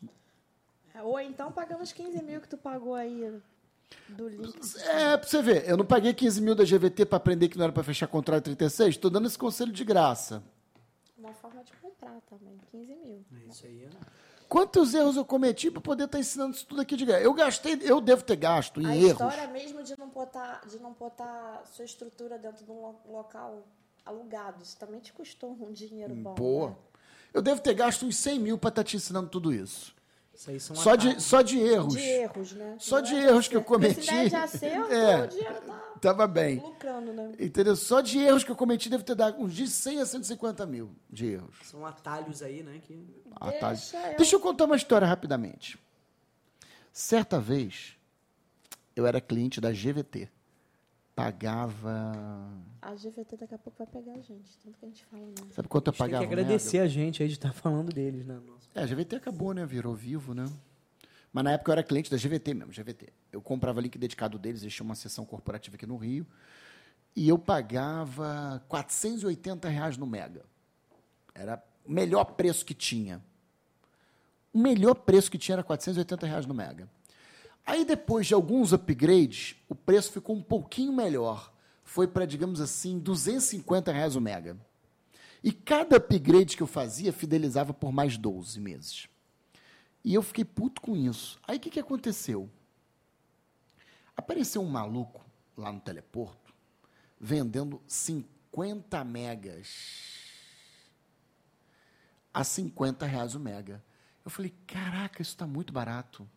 Ou então pagando os quinze mil que tu pagou aí do link. É, para você ver, eu não paguei quinze mil da G V T para aprender que não era para fechar contrato trinta e seis, estou dando esse conselho de graça. Uma forma de comprar também, quinze mil. É isso aí. né? Quantos erros eu cometi para poder estar ensinando isso tudo aqui de graça? Eu gastei, eu devo ter gasto em A erros. história mesmo de não botar, de não botar sua estrutura dentro de um lo- local alugado, isso também te custou um dinheiro bom. Pô, né? eu devo ter gasto uns cem mil para estar te ensinando tudo isso. Isso aí são Só de, atalhos. só de erros. De erros, né? Só Não de é erros que eu acerto. Porque cometi. Se der de acerto, É. o dinheiro tá Tava bem. lucrando, né? Entendeu? Só de erros que eu cometi deve ter dado uns de cem a cento e cinquenta mil de erros. São atalhos aí, né? Que... Atalhos. Deixa eu- Deixa eu contar uma história rapidamente. Certa vez, eu era cliente da G V T. Pagava... A G V T daqui a pouco vai pegar a gente, tanto que a gente fala, né? Sabe quanto eu Tem que pagava? agradecer a gente aí de estar falando deles, né? Nossa. É, a G V T acabou, né? Virou vivo, né? Mas na época eu era cliente da G V T mesmo, G V T. Eu comprava link dedicado deles, eles tinham uma seção corporativa aqui no Rio, e eu pagava quatrocentos e oitenta reais no Mega. Era o melhor preço que tinha. O melhor preço que tinha era quatrocentos e oitenta reais no Mega. Aí, depois de alguns upgrades, o preço ficou um pouquinho melhor. Foi para, digamos assim, duzentos e cinquenta reais o Mega. E cada upgrade que eu fazia, fidelizava por mais doze meses. E eu fiquei puto com isso. Aí o que, que aconteceu? Apareceu um maluco lá no teleporto vendendo cinquenta megas a cinquenta reais o mega. Eu falei, caraca, isso está muito barato.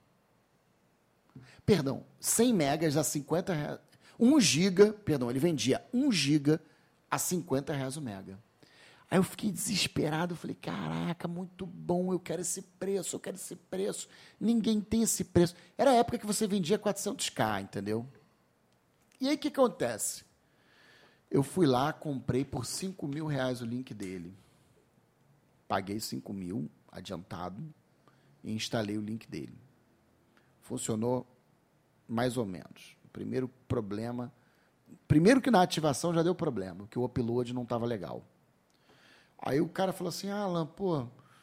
Perdão, cem megas a cinquenta reais. um giga, perdão, ele vendia um giga a cinquenta reais o mega. Aí eu fiquei desesperado, eu falei, caraca, muito bom, eu quero esse preço, eu quero esse preço. Ninguém tem esse preço. Era a época que você vendia quatrocentos k, entendeu? E aí o que acontece? Eu fui lá, comprei por cinco mil reais o link dele. Paguei cinco mil adiantado e instalei o link dele. Funcionou mais ou menos. O primeiro problema... Primeiro que na ativação já deu problema, que o upload não estava legal. Aí o cara falou assim, ah, Alan, pô,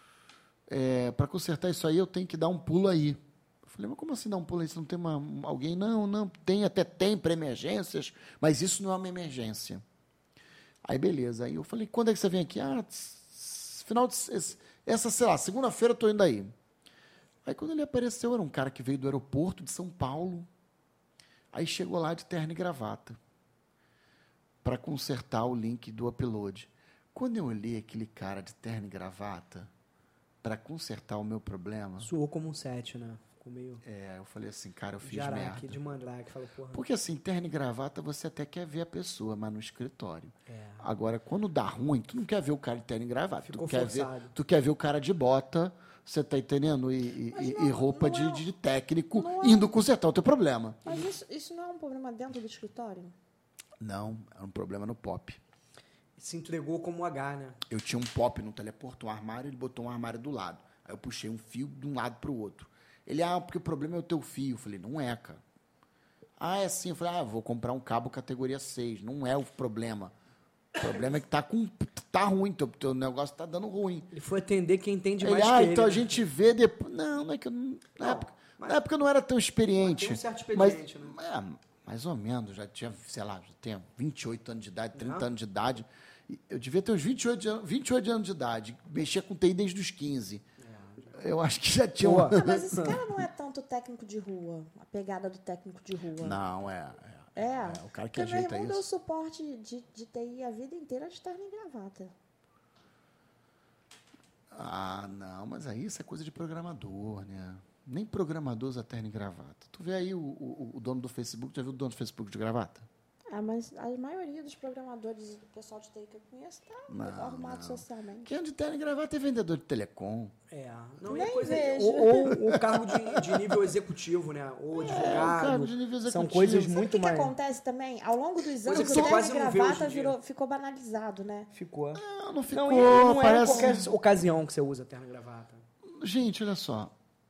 é, para consertar isso aí eu tenho que dar um pulo aí. Eu falei, mas como assim dar um pulo aí? Você não tem uma, alguém? Não, não, tem, até tem para emergências, mas isso não é uma emergência. Aí beleza. Aí eu falei, quando é que você vem aqui? Ah, final de... Essa, sei lá, segunda-feira eu estou indo aí. Aí quando ele apareceu, era um cara que veio do aeroporto de São Paulo. Aí chegou lá de terno e gravata para consertar o link do upload. Quando eu olhei aquele cara de terno e gravata para consertar o meu problema... Suou como um sete, né? Ficou meio... É, eu falei assim, cara, eu fiz de araque, merda. de mandrake, falou, porra. Porque assim, terno e gravata você até quer ver a pessoa, mas no escritório. É. Agora, quando dá ruim, tu não quer ver o cara de terno e gravata. Ficou tu quer ver, forçado. tu quer ver o cara de bota, você tá entendendo? E, e- Mas e- não- e roupa não de, é- de técnico não é- indo consertar o teu problema. Mas isso, isso não é um problema dentro do escritório? Não, era um problema no pop. Se entregou como um H, né? Eu tinha um pop no teleporto, um armário, ele botou um armário do lado. Aí eu puxei um fio de um lado para o outro. Ele, ah, porque o problema é o teu fio. Eu falei, não é, cara. Ah, é assim. Eu falei, ah, vou comprar um cabo categoria seis. Não é o problema. O problema é que tá, com, tá ruim, teu, teu negócio tá dando ruim. Ele foi atender quem entende Ele, mais ah, que ele. então a né? gente vê depois. Não, não é que eu não. Na, Não, época, mas- na época eu não era tão experiente. Mas tem um certo mas- expediente, né? é, mais ou menos. Já tinha, sei lá, já tinha vinte e oito anos de idade, trinta Uhum. anos de idade. E eu devia ter uns vinte e oito, anos- vinte e oito anos de idade. Mexia com T I desde os quinze. Eu acho que já tinha. Pô. Um... Não, mas esse cara não é tanto técnico de rua, a pegada do técnico de rua. Não, é. é, É, é, o cara que porque meu ajeita irmão deu isso. suporte de, de T I a vida inteira de terno e gravata. Ah, não, mas aí isso é coisa de programador, né? Nem programador usa terno e gravata. Tu vê aí o, o, o dono do Facebook, já viu o dono do Facebook de gravata? Ah, mas a maioria dos programadores e do pessoal de T I que eu conheço tá Não, arrumado não. socialmente. Quem é de terno e gravata é vendedor de telecom. É. Não, Nem é coisa... vejo. Ou, ou o cargo de, de nível executivo, né? Ou advogado. cargo de nível São executivo. coisas Sabe Sabe o muito que, que mais... acontece também? Ao longo dos Coisa anos, que o você terno quase e não vê hoje gravata em dia. virou, ficou banalizado, né? Ficou. Não, não ficou, Não, e não é parece... qualquer ocasião que você usa terno e gravata. Gente, olha só.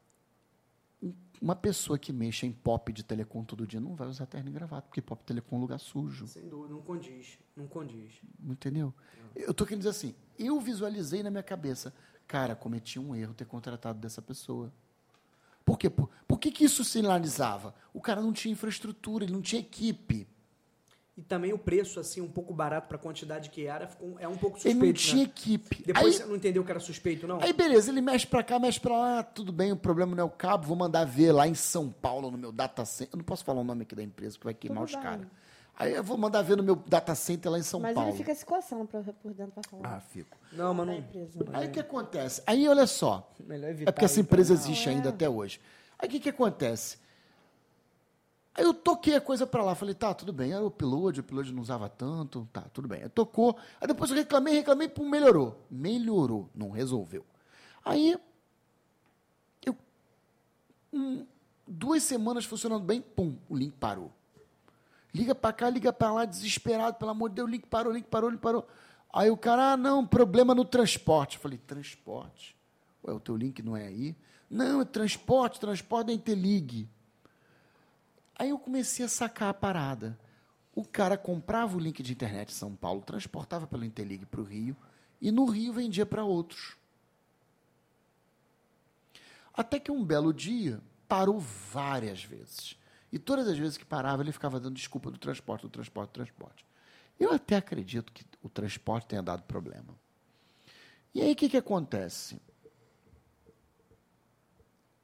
Uma pessoa que mexe em pop de telecom todo dia não vai usar terno e gravata, porque pop telecom é um lugar sujo. Sem dúvida, não condiz. Não condiz. Entendeu? Eu tô querendo dizer assim, eu visualizei na minha cabeça, cara, cometi um erro ter contratado dessa pessoa. Por quê? Por, por que, que isso sinalizava? O cara não tinha infraestrutura, ele não tinha equipe. E também o preço, assim, um pouco barato para a quantidade que era, ficou, é um pouco Ele suspeito, não tinha né? equipe. Depois Aí, você não entendeu que era suspeito, não? aí, beleza, ele mexe pra cá, mexe pra lá, tudo bem, o problema não é o cabo, vou mandar ver lá em São Paulo, no meu data center. Eu não posso falar o nome aqui da empresa, porque vai queimar Tudo os bem. caras. Aí eu vou mandar ver no meu data center lá em São Mas Paulo. ele fica se coçando pra, por dentro pra falar. Ah, fico. Não, mas da não... empresa. Aí o que acontece? Aí, olha só, Melhor evitar. é porque essa aí, empresa pra- existe Não, é. ainda até hoje. Aí o que, que acontece? Aí eu toquei a coisa pra lá, falei, tá, tudo bem, era o upload, o upload não usava tanto, tá, tudo bem. Aí tocou, aí depois eu reclamei, reclamei, pum, melhorou. Melhorou, não resolveu. Aí, eu, hum, duas semanas funcionando bem, pum, o link parou. Liga pra cá, liga pra lá, desesperado, pelo amor de Deus, o link parou, o link parou, o link parou. Aí o cara, ah, não, problema no transporte. Eu falei, transporte? Ué, o teu link não é aí? Não, é transporte, transporte da Interlig. Aí eu comecei a sacar a parada. O cara comprava o link de internet em São Paulo, transportava pelo Interlig para o Rio, e no Rio vendia para outros. Até que um belo dia, parou várias vezes. E todas as vezes que parava, ele ficava dando desculpa do transporte, do transporte, do transporte. Eu até acredito que o transporte tenha dado problema. E aí, o que, que acontece?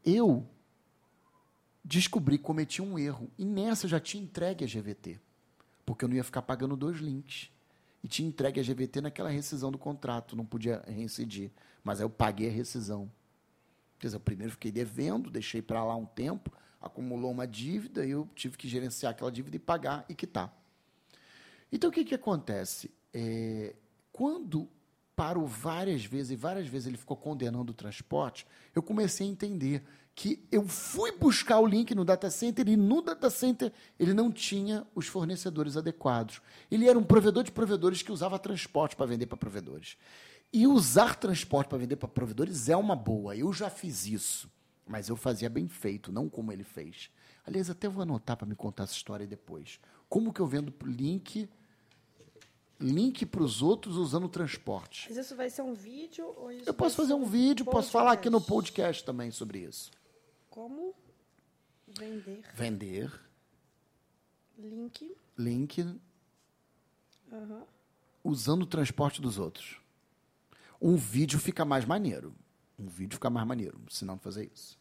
eu descobri que cometi um erro. E nessa eu já tinha entregue a G V T. Porque eu não ia ficar pagando dois links. E tinha entregue a G V T naquela rescisão do contrato. Não podia reincidir. Mas aí eu paguei a rescisão. Quer dizer, eu primeiro fiquei devendo, deixei para lá um tempo, acumulou uma dívida e eu tive que gerenciar aquela dívida e pagar e quitar. Então, o que, que acontece? É, quando parou várias vezes, e várias vezes ele ficou condenando o transporte, eu comecei a entender que eu fui buscar o link no data center e no data center ele não tinha os fornecedores adequados. Ele era um provedor de provedores que usava transporte para vender para provedores. E usar transporte para vender para provedores é uma boa. Eu já fiz isso, mas eu fazia bem feito, não como ele fez. Aliás, até vou anotar para me contar essa história depois. Como que eu vendo link... link para os outros usando transporte. Mas isso vai ser um vídeo ou isso Eu posso vai fazer ser um vídeo, posso falar aqui no podcast? podcast também sobre isso. Como vender Vender, link link, aham, usando o transporte dos outros. Um vídeo fica mais maneiro. Um vídeo fica mais maneiro, se não fazer isso.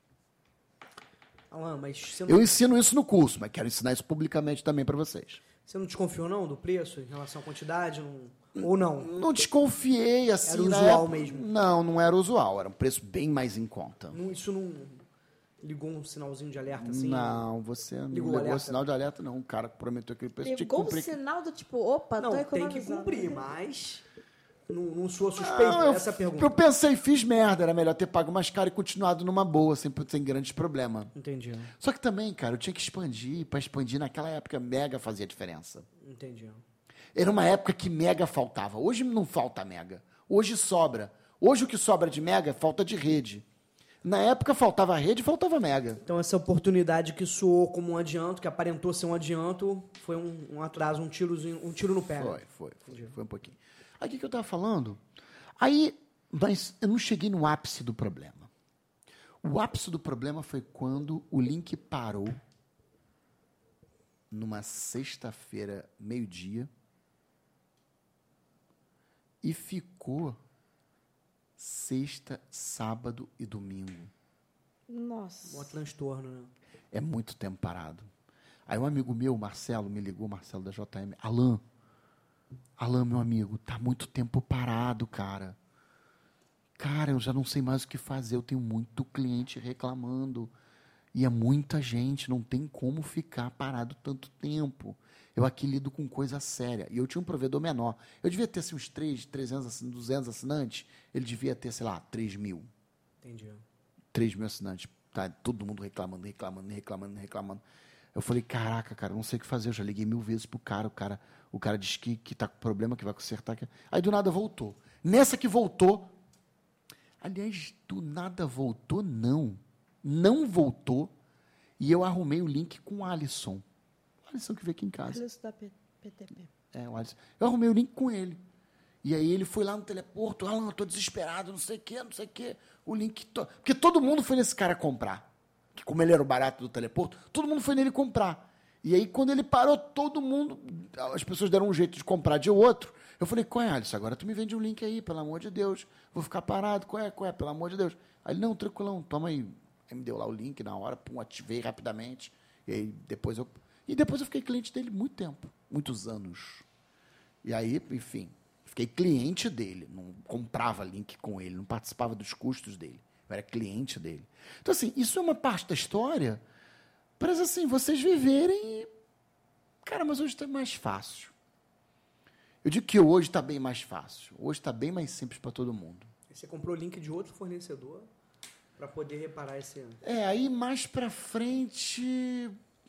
Alan, mas você não, Eu ensino isso no curso, mas quero ensinar isso publicamente também para vocês. você não desconfiou, não, do preço em relação à quantidade? Não, ou não? Não desconfiei assim. Era na usual época. mesmo? Não, não era usual. Era um preço bem mais em conta. Não- Isso não ligou um sinalzinho de alerta assim? Não, você não Ligou o ligou alerta? sinal de alerta, não. O cara que prometeu aquele preço tinha que Pegou o cumprir. sinal do tipo, opa, Não, tô tem que economizando. cumprir, mas não, não sou suspeito Não, eu, dessa pergunta. eu pensei, fiz merda. Era melhor ter pago mais caro e continuado numa boa, sem, sem grandes problemas. Entendi, Só que também, cara, eu tinha que expandir. Para expandir, naquela época, mega fazia diferença. entendi. Era uma época que mega faltava. Hoje não falta mega. Hoje sobra. Hoje o que sobra de mega, falta de rede. Na época faltava rede, faltava mega. Então essa oportunidade que soou como um adianto, que aparentou ser um adianto, foi um, um atraso, um, tirozinho, um tiro no pé. Foi, foi, foi, foi um pouquinho. Aí o que, que eu estava falando? Aí, mas eu não cheguei no ápice do problema. O ápice do problema foi quando o link parou numa sexta-feira, meio-dia, e ficou sexta, sábado e domingo. Nossa. Um transtorno, né? É muito tempo parado. Aí um amigo meu, Marcelo, me ligou, Marcelo da J M. Alan, Alan, meu amigo, tá muito tempo parado, cara. Cara, eu já não sei mais o que fazer. Eu tenho muito cliente reclamando. E é muita gente, não tem como ficar parado tanto tempo. Eu aqui lido com coisa séria. E eu tinha um provedor menor. Eu devia ter assim, uns três, trezentos, duzentos assinantes. Ele devia ter, sei lá, três mil. Entendi. três mil assinantes. Tá, todo mundo reclamando, reclamando, reclamando, reclamando. Eu falei, caraca, cara, não sei o que fazer. Eu já liguei mil vezes pro cara. O cara, o cara disse que, que tá com problema, que vai consertar. Que... Aí do nada voltou. Nessa que voltou... Aliás, do nada voltou, não. Não voltou. E eu arrumei o link com o Alisson. O Alisson que veio aqui em casa. Olha isso da P- PTP. É, o Alisson. Eu arrumei o link com ele. E aí ele foi lá no teleporto. Alan, eu tô desesperado, não sei o quê, não sei o quê. O link... To... Porque todo mundo foi nesse cara comprar. Que como ele era o barato do teleporto, todo mundo foi nele comprar. E aí, quando ele parou, todo mundo... As pessoas deram um jeito de comprar de outro. Eu falei, qual é, Alisson? Agora tu me vende um link aí, pelo amor de Deus. Vou ficar parado, qual é, qual é, pelo amor de Deus. Aí ele, não, tranquilão, toma aí. Aí me deu lá o link na hora, pum, ativei rapidamente. E aí depois eu... E depois eu fiquei cliente dele muito tempo. Muitos anos. E aí, enfim, fiquei cliente dele. Não comprava link com ele, não participava dos custos dele. Eu era cliente dele. Então, assim, isso é uma parte da história para, assim, vocês viverem e... Cara, mas hoje está mais fácil. Eu digo que hoje está bem mais fácil. Hoje está bem mais simples para todo mundo. Você comprou o link de outro fornecedor para poder reparar esse... É, aí mais para frente...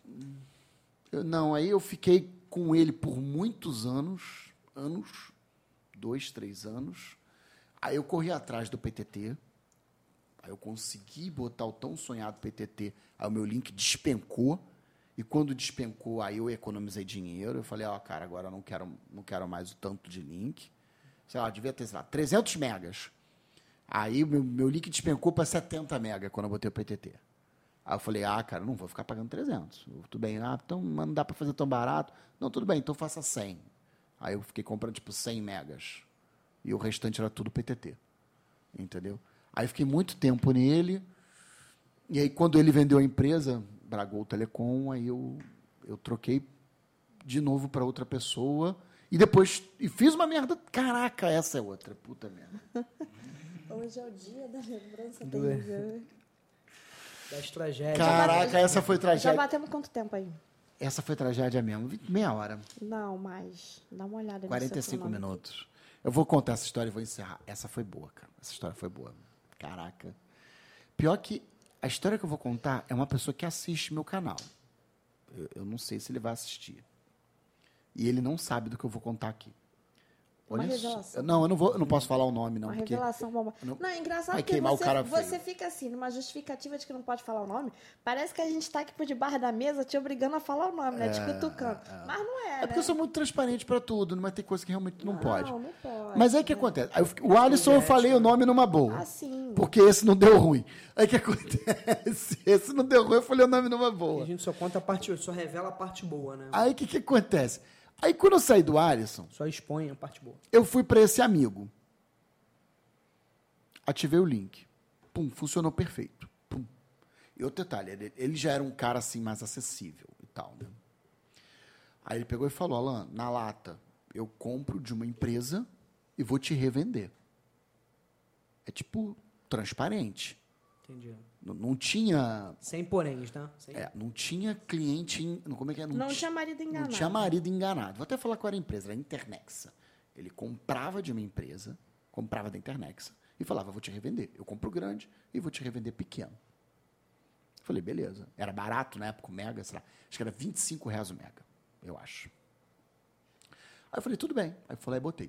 Eu, não, aí eu fiquei com ele por muitos anos. Anos. Dois, três anos. Aí eu corri atrás do P T T. Aí eu consegui botar o tão sonhado P T T. Aí o meu link despencou. E quando despencou, aí eu economizei dinheiro. Eu falei, ó, oh, cara, agora eu não quero, não quero mais o tanto de link. Sei lá, devia ter, sei lá, trezentos megas. Aí meu, meu link despencou para setenta megas quando eu botei o P T T. Aí eu falei, ah, cara, não vou ficar pagando trezentos. Eu, tudo bem, ah, então não dá para fazer tão barato. Não, tudo bem, então faça cem. Aí eu fiquei comprando, tipo, cem megas. E o restante era tudo P T T. Entendeu? Aí eu fiquei muito tempo nele. E aí, quando ele vendeu a empresa, Bragol Telecom, aí eu, eu troquei de novo para outra pessoa. E depois, e fiz uma merda. Caraca, essa é outra. Puta merda. Hoje é o dia da lembrança Do- terrível. Das tragédias. Caraca, essa foi Já tragédia. batemos quanto tempo aí? Essa foi tragédia mesmo. Meia hora. Não, mais. Dá uma olhada no quarenta e seu cinco cronômetro. minutos. Eu vou contar essa história e vou encerrar. Essa foi boa, cara. Essa história foi boa. Caraca. Pior que a história que eu vou contar é uma pessoa que assiste meu canal. Eu, eu não sei se ele vai assistir. E ele não sabe do que eu vou contar aqui. Uma Olha só. revelação. Não, eu não, vou, eu não posso falar o nome, não. Uma Porque revelação bomba. não- Não, é engraçado vai porque queimar o você, cara feio. você fica assim, numa justificativa de que não pode falar o nome. Parece que a gente tá aqui por debaixo da mesa te obrigando a falar o nome, né? Te cutucando. Mas não é, É né? porque eu sou muito transparente pra tudo, mas tem coisa que realmente não, pode. Não, não pode. Mas aí o que né? acontece? Aí eu fiquei- o Alisson eu falei o nome numa boa. Ah, sim. Porque esse não deu ruim. Aí o que acontece? Esse não deu ruim, eu falei o nome numa E a boa. gente só conta a parte, só revela a parte boa, né? Aí o que, que acontece? Aí quando eu saí do Alisson, Só expõe a parte boa. eu fui pra esse amigo. Ativei o link. Pum, funcionou perfeito. Pum. E outro detalhe, ele, ele já era um cara assim mais acessível e tal, né? Aí ele pegou e falou, Alan, na lata, eu compro de uma empresa e vou te revender. É tipo transparente. Entendi. Não, não tinha, Sem poréns, né? Sem... é, não tinha cliente, em- como é que é? Não ti- tinha marido enganado. Não tinha marido enganado. Vou até falar qual era a empresa, era a Internexa. Ele comprava de uma empresa, comprava da Internexa e falava, vou te revender. Eu compro grande e vou te revender pequeno. Falei, beleza. Era barato na época o mega, sei lá, acho que era vinte e cinco reais o mega, eu acho. Aí eu falei, tudo bem. Aí eu falei, botei.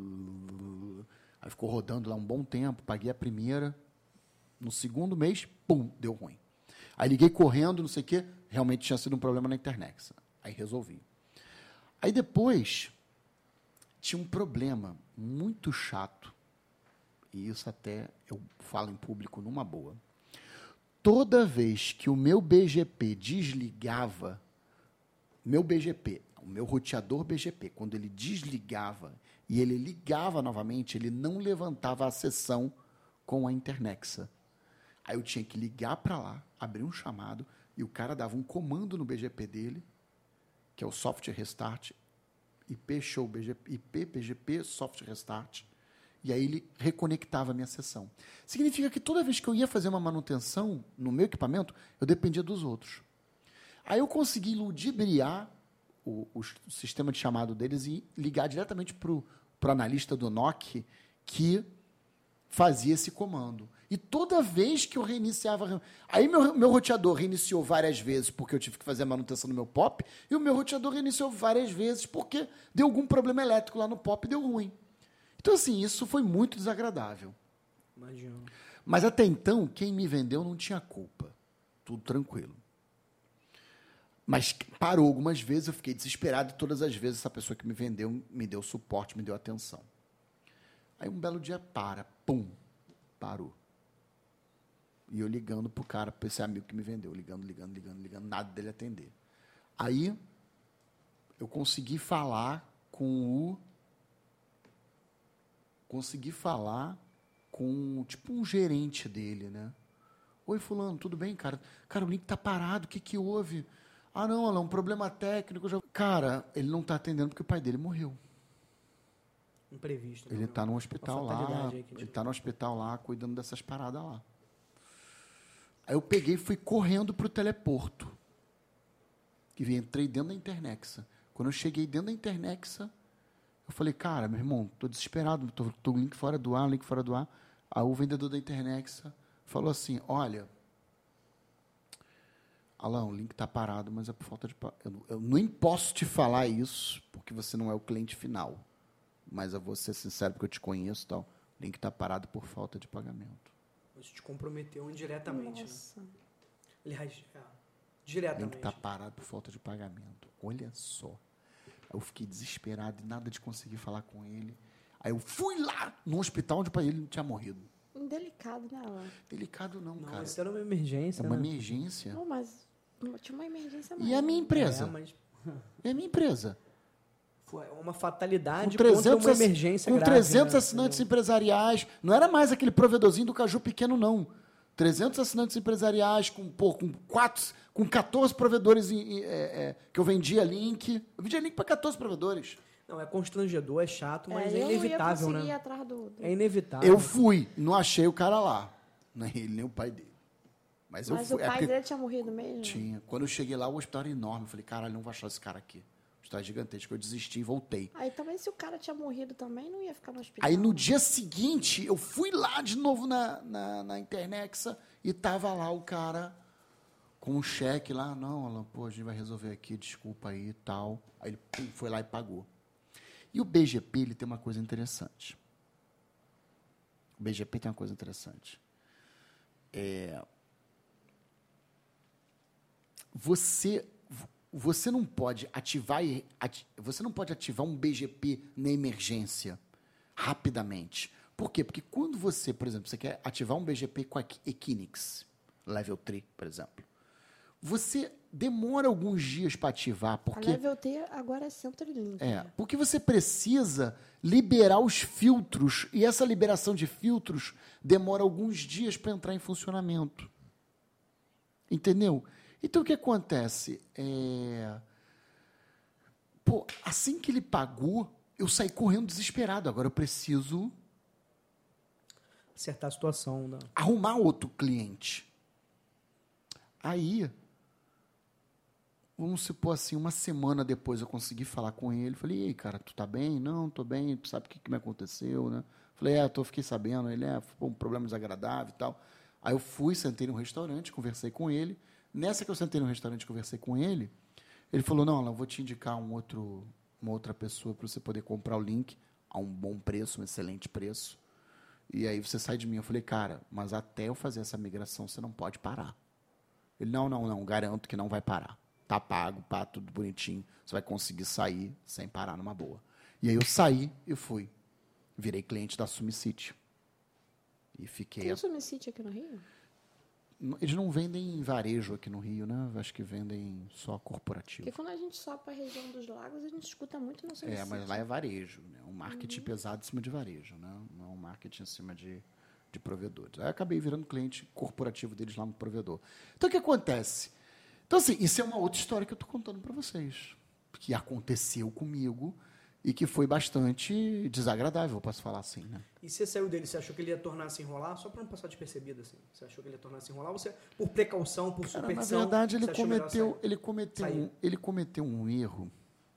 Aí ficou rodando lá um bom tempo, paguei a primeira. No segundo mês, pum, deu ruim. Aí liguei correndo, não sei o quê, realmente tinha sido um problema na Internexa. Aí resolvi. Aí depois, tinha um problema muito chato, e isso até eu falo em público numa boa. Toda vez que o meu B G P desligava, meu B G P, o meu roteador B G P, quando ele desligava e ele ligava novamente, ele não levantava a sessão com a Internexa. Aí eu tinha que ligar para lá, abrir um chamado, e o cara dava um comando no B G P dele, que é o soft restart, I P show B G P, I P B G P soft restart, e aí ele reconectava a minha sessão. Significa que toda vez que eu ia fazer uma manutenção no meu equipamento, eu dependia dos outros. Aí eu consegui ludibriar o, o, o sistema de chamado deles e ligar diretamente para o analista do N O C que fazia esse comando. E toda vez que eu reiniciava... Aí meu, meu roteador reiniciou várias vezes porque eu tive que fazer a manutenção no meu P O P, e o meu roteador reiniciou várias vezes porque deu algum problema elétrico lá no P O P e deu ruim. Então, assim, isso foi muito desagradável. Imagino. Mas até então, quem me vendeu não tinha culpa. Tudo tranquilo. Mas parou algumas vezes, eu fiquei desesperado, e todas as vezes essa pessoa que me vendeu me deu suporte, me deu atenção. Aí um belo dia para, pum, parou. E eu ligando pro cara, para esse amigo que me vendeu, ligando, ligando, ligando, ligando, nada dele atender. Aí eu consegui falar com o... Consegui falar com, tipo, um gerente dele, né? Oi, fulano, tudo bem, cara? Cara, o link tá parado, o que que houve? Ah, não, Alan, um problema técnico. Já... Cara, ele não tá atendendo porque o pai dele morreu. Imprevisto. Ele né? está no hospital Uma lá, fatalidade aí que a gente- ele está no hospital lá, cuidando dessas paradas lá. Aí eu peguei e fui correndo para o teleporto. E entrei dentro da Internexa. Quando eu cheguei dentro da Internexa, eu falei, cara, meu irmão, tô desesperado, tô, tô link fora do ar, link fora do ar. Aí o vendedor da Internexa falou assim, olha, Alan, o link está parado, mas é por falta de... pa- Eu, eu nem posso te falar isso, porque você não é o cliente final. Mas eu vou ser sincero, porque eu te conheço e tal. O link está parado por falta de pagamento. Isso te comprometeu indiretamente. Né? Nossa. Aliás, é, O link diretamente. está parado por falta de pagamento. Olha só. Eu fiquei desesperado e nada de conseguir falar com ele. Aí eu fui lá no hospital onde o pai dele tinha morrido. Indelicado, né, Alan? Delicado não, Não, cara. isso era uma emergência. É uma né? emergência. Não, mas tinha uma emergência E maior. a minha empresa? É, mas E a minha empresa? foi uma fatalidade Com contra trezentos, uma assi- emergência com grave. trezentos né? assinantes empresariais. Não era mais aquele provedorzinho do Caju pequeno, não. trezentos assinantes empresariais, com, pô, com, quatro, com catorze provedores em, em, é, é, que eu vendia link. Eu vendia link para catorze provedores. Não, é constrangedor, é chato, mas É, é, eu inevitável, não ia conseguir ir né? atrás do, do... É inevitável. Eu fui, não achei o cara lá. Nem ele, nem o pai dele. Mas, Mas eu o fui. pai é, dele tinha morrido mesmo? Tinha. Quando eu cheguei lá, o hospital era enorme. Eu falei, caralho, não vou achar esse cara aqui. O hospital é gigantesco. Eu desisti e voltei. Aí também, se o cara tinha morrido também, não ia ficar no hospital. Aí no dia seguinte, eu fui lá de novo na, na, na Internexa e tava lá o cara com um cheque lá. Não, Alan, pô, a gente vai resolver aqui, desculpa aí e tal. Aí ele pum, foi lá e pagou. E o B G P, ele tem uma coisa interessante. O B G P tem uma coisa interessante. É... Você, você não pode ativar ati, você não pode ativar um B G P na emergência rapidamente. Por quê? Porque quando você, por exemplo, você quer ativar um B G P com a Equinix, Level três, por exemplo, você demora alguns dias para ativar, porque A Level T agora é CenturyLink. é, né? porque você precisa liberar os filtros e essa liberação de filtros demora alguns dias para entrar em funcionamento. Entendeu? Então, o que acontece? É... Pô, assim que ele pagou, eu saí correndo desesperado. Agora eu preciso Acertar a situação. Né? arrumar outro cliente. Aí, vamos supor assim, uma semana depois eu consegui falar com ele. Falei, e aí, cara, tu tá bem? Não, tô bem. Tu sabe o que, que me aconteceu, né? Falei, é, tô, fiquei sabendo. Ele, é, foi um problema desagradável e tal. Aí eu fui, sentei num restaurante, conversei com ele. Nessa que eu sentei no restaurante e conversei com ele, ele falou, não, Alan, eu vou te indicar um outro, uma outra pessoa para você poder comprar o link a um bom preço, um excelente preço. E aí você sai de mim. Eu falei, cara, mas até eu fazer essa migração, você não pode parar. Ele, não, não, não, garanto que não vai parar. Tá pago, pá, tudo bonitinho. Você vai conseguir sair sem parar numa boa. E aí eu saí e fui. Virei cliente da Sumicity. E fiquei... Tem o Sumicity aqui no Rio? Eles não vendem varejo aqui no Rio, né? Acho que vendem só corporativo. Porque quando a gente sobe para a região dos lagos, a gente escuta muito no Sumicity. É, mas lá é varejo, né? Um marketing uhum. pesado em cima de varejo, né? Não é um marketing em cima de, de provedores. Aí eu acabei virando cliente corporativo deles lá no provedor. Então, o que acontece? Então, assim, isso é uma outra história que eu estou contando para vocês. Que aconteceu comigo e que foi bastante desagradável, posso falar assim, né? E você saiu dele, você achou que ele ia tornar se enrolar? Só para não passar despercebido, assim. Você achou que ele ia tornar se enrolar? Você, por precaução, por Cara, superstição... na verdade, ele cometeu, ele, cometeu um, ele cometeu um erro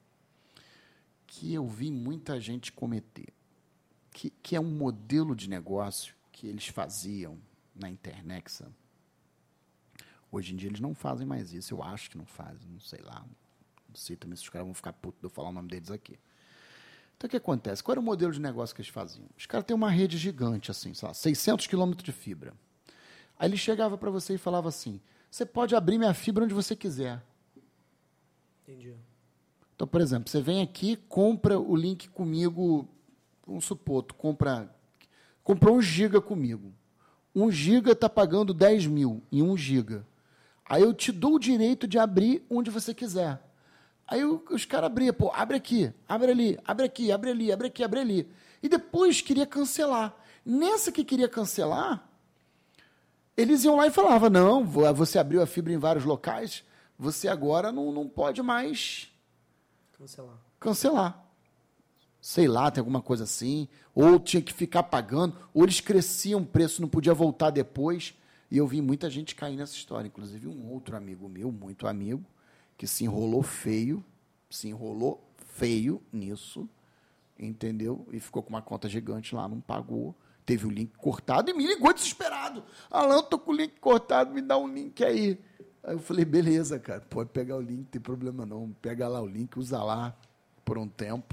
que eu vi muita gente cometer. Que, que é um modelo de negócio que eles faziam na Internexa. Hoje em dia, eles não fazem mais isso. Eu acho que não fazem, não sei lá. Não sei também se os caras vão ficar putos de eu falar o nome deles aqui. Então, o que acontece? Qual era o modelo de negócio que eles faziam? Os caras têm uma rede gigante, assim, sei lá, seiscentos quilômetros de fibra. Aí ele chegava para você e falava assim, você pode abrir minha fibra onde você quiser. Entendi. Então, por exemplo, você vem aqui, compra o link comigo, vamos supor, tu compra, comprou um giga comigo. Um giga está pagando dez mil em um giga. Aí eu te dou o direito de abrir onde você quiser. Aí os caras abriam, pô, abre aqui, abre ali, abre aqui, abre ali, abre aqui, abre ali. E depois queria cancelar. Nessa que queria cancelar, eles iam lá e falavam, não, você abriu a fibra em vários locais, você agora não, não pode mais cancelar. cancelar. Sei lá, tem alguma coisa assim. Ou tinha que ficar pagando, ou eles cresciam o preço, não podia voltar depois. E eu vi muita gente cair nessa história. Inclusive um outro amigo meu, muito amigo, que se enrolou feio, se enrolou feio nisso, entendeu? E ficou com uma conta gigante lá, não pagou, teve o link cortado e me ligou desesperado. Alan, tô com o link cortado, me dá um link aí. Aí eu falei, beleza, cara, pode pegar o link, não tem problema não, pega lá o link, usa lá por um tempo.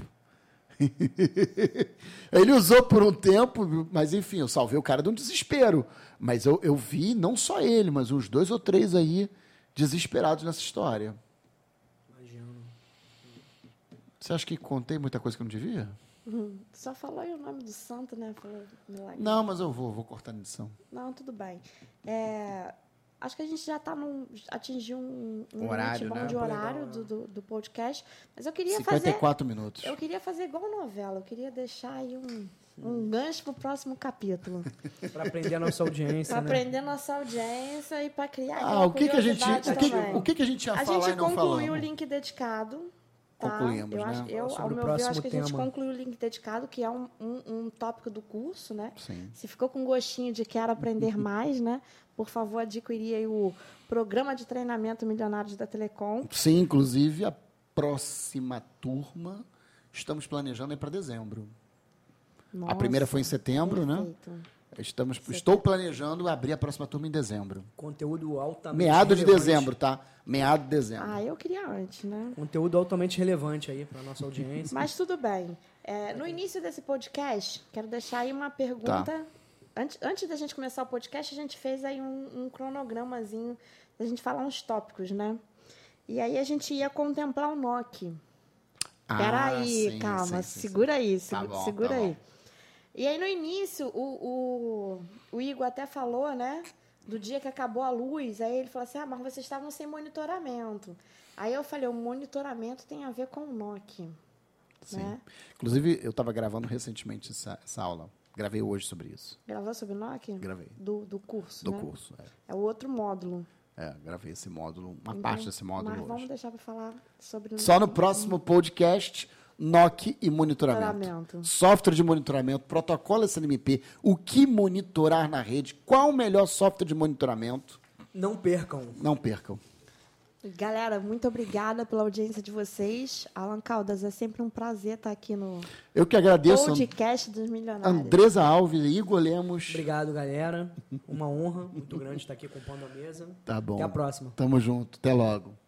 Ele usou por um tempo, mas enfim, eu salvei o cara de um desespero. Mas eu, eu vi, não só ele, mas uns dois ou três aí desesperados nessa história. Você acha que contei muita coisa que eu não devia? Uhum. Só falou aí o nome do santo, né? Falou milagre. Não, mas eu vou, vou cortar na edição. Não, tudo bem. É, acho que a gente já tá num, atingiu um, um horário, limite bom né? de horário do, do, do podcast. Mas eu queria cinquenta e quatro fazer... minutos. Eu queria fazer igual novela. Eu queria deixar aí um, Um gancho pro próximo capítulo. Para aprender a nossa audiência, Para né? aprender nossa audiência e para criar Ah, o que que a gente, curiosidade o que, também. o que que a gente ia A falar gente e não concluiu falamos? o link dedicado. Tá? Concluímos, eu né? acho, eu, Sobre ao o meu ver, eu acho próximo que a gente tema. concluiu o link dedicado, que é um, um, um tópico do curso, né? Sim. Se ficou com gostinho de quero aprender mais, né? Por favor, adquirir aí o Programa de Treinamento Milionários da Telecom. Sim, inclusive a próxima turma estamos planejando é para dezembro. Nossa, a primeira foi em setembro, perfeito. né? Estamos, estou planejando abrir a próxima turma em dezembro. Conteúdo altamente Meado de relevante. dezembro, tá? Meado de dezembro. Ah, eu queria antes, né? Conteúdo altamente relevante aí para nossa audiência. Mas tudo bem. É, no início desse podcast, quero deixar aí uma pergunta. Tá. Antes, antes da gente começar o podcast, a gente fez aí um, um cronogramazinho da gente falar uns tópicos, né? E aí a gente ia contemplar o N O C. Ah, Peraí, sim, calma, sim, sim, segura sim. aí, Tá segura, bom, segura tá aí. bom. E aí, no início, o, o, o Igor até falou, né? Do dia que acabou a luz, aí ele falou assim, ah, mas vocês estavam sem monitoramento. Aí eu falei, o monitoramento tem a ver com o N O C. Sim. Né? Inclusive, eu estava gravando recentemente essa, essa aula. Gravei hoje sobre isso. Gravou sobre o N O C? Gravei. Do, do curso, Do né? curso. É. É o outro módulo. É, gravei esse módulo, uma Então, parte desse módulo Mas hoje. vamos deixar para falar sobre o Só no próximo podcast, N O C e monitoramento. Monitoramento. Software de monitoramento, protocolo S N M P, o que monitorar na rede, qual o melhor software de monitoramento. Não percam. Não percam. Galera, muito obrigada pela audiência de vocês. Alan Caldas, é sempre um prazer estar aqui no Eu que agradeço, podcast dos Milionários. Andresa Alves e Igor Lemos. Obrigado, galera. Uma honra muito grande estar aqui compondo a mesa. Tá bom. Até a próxima. Tamo junto. Até logo.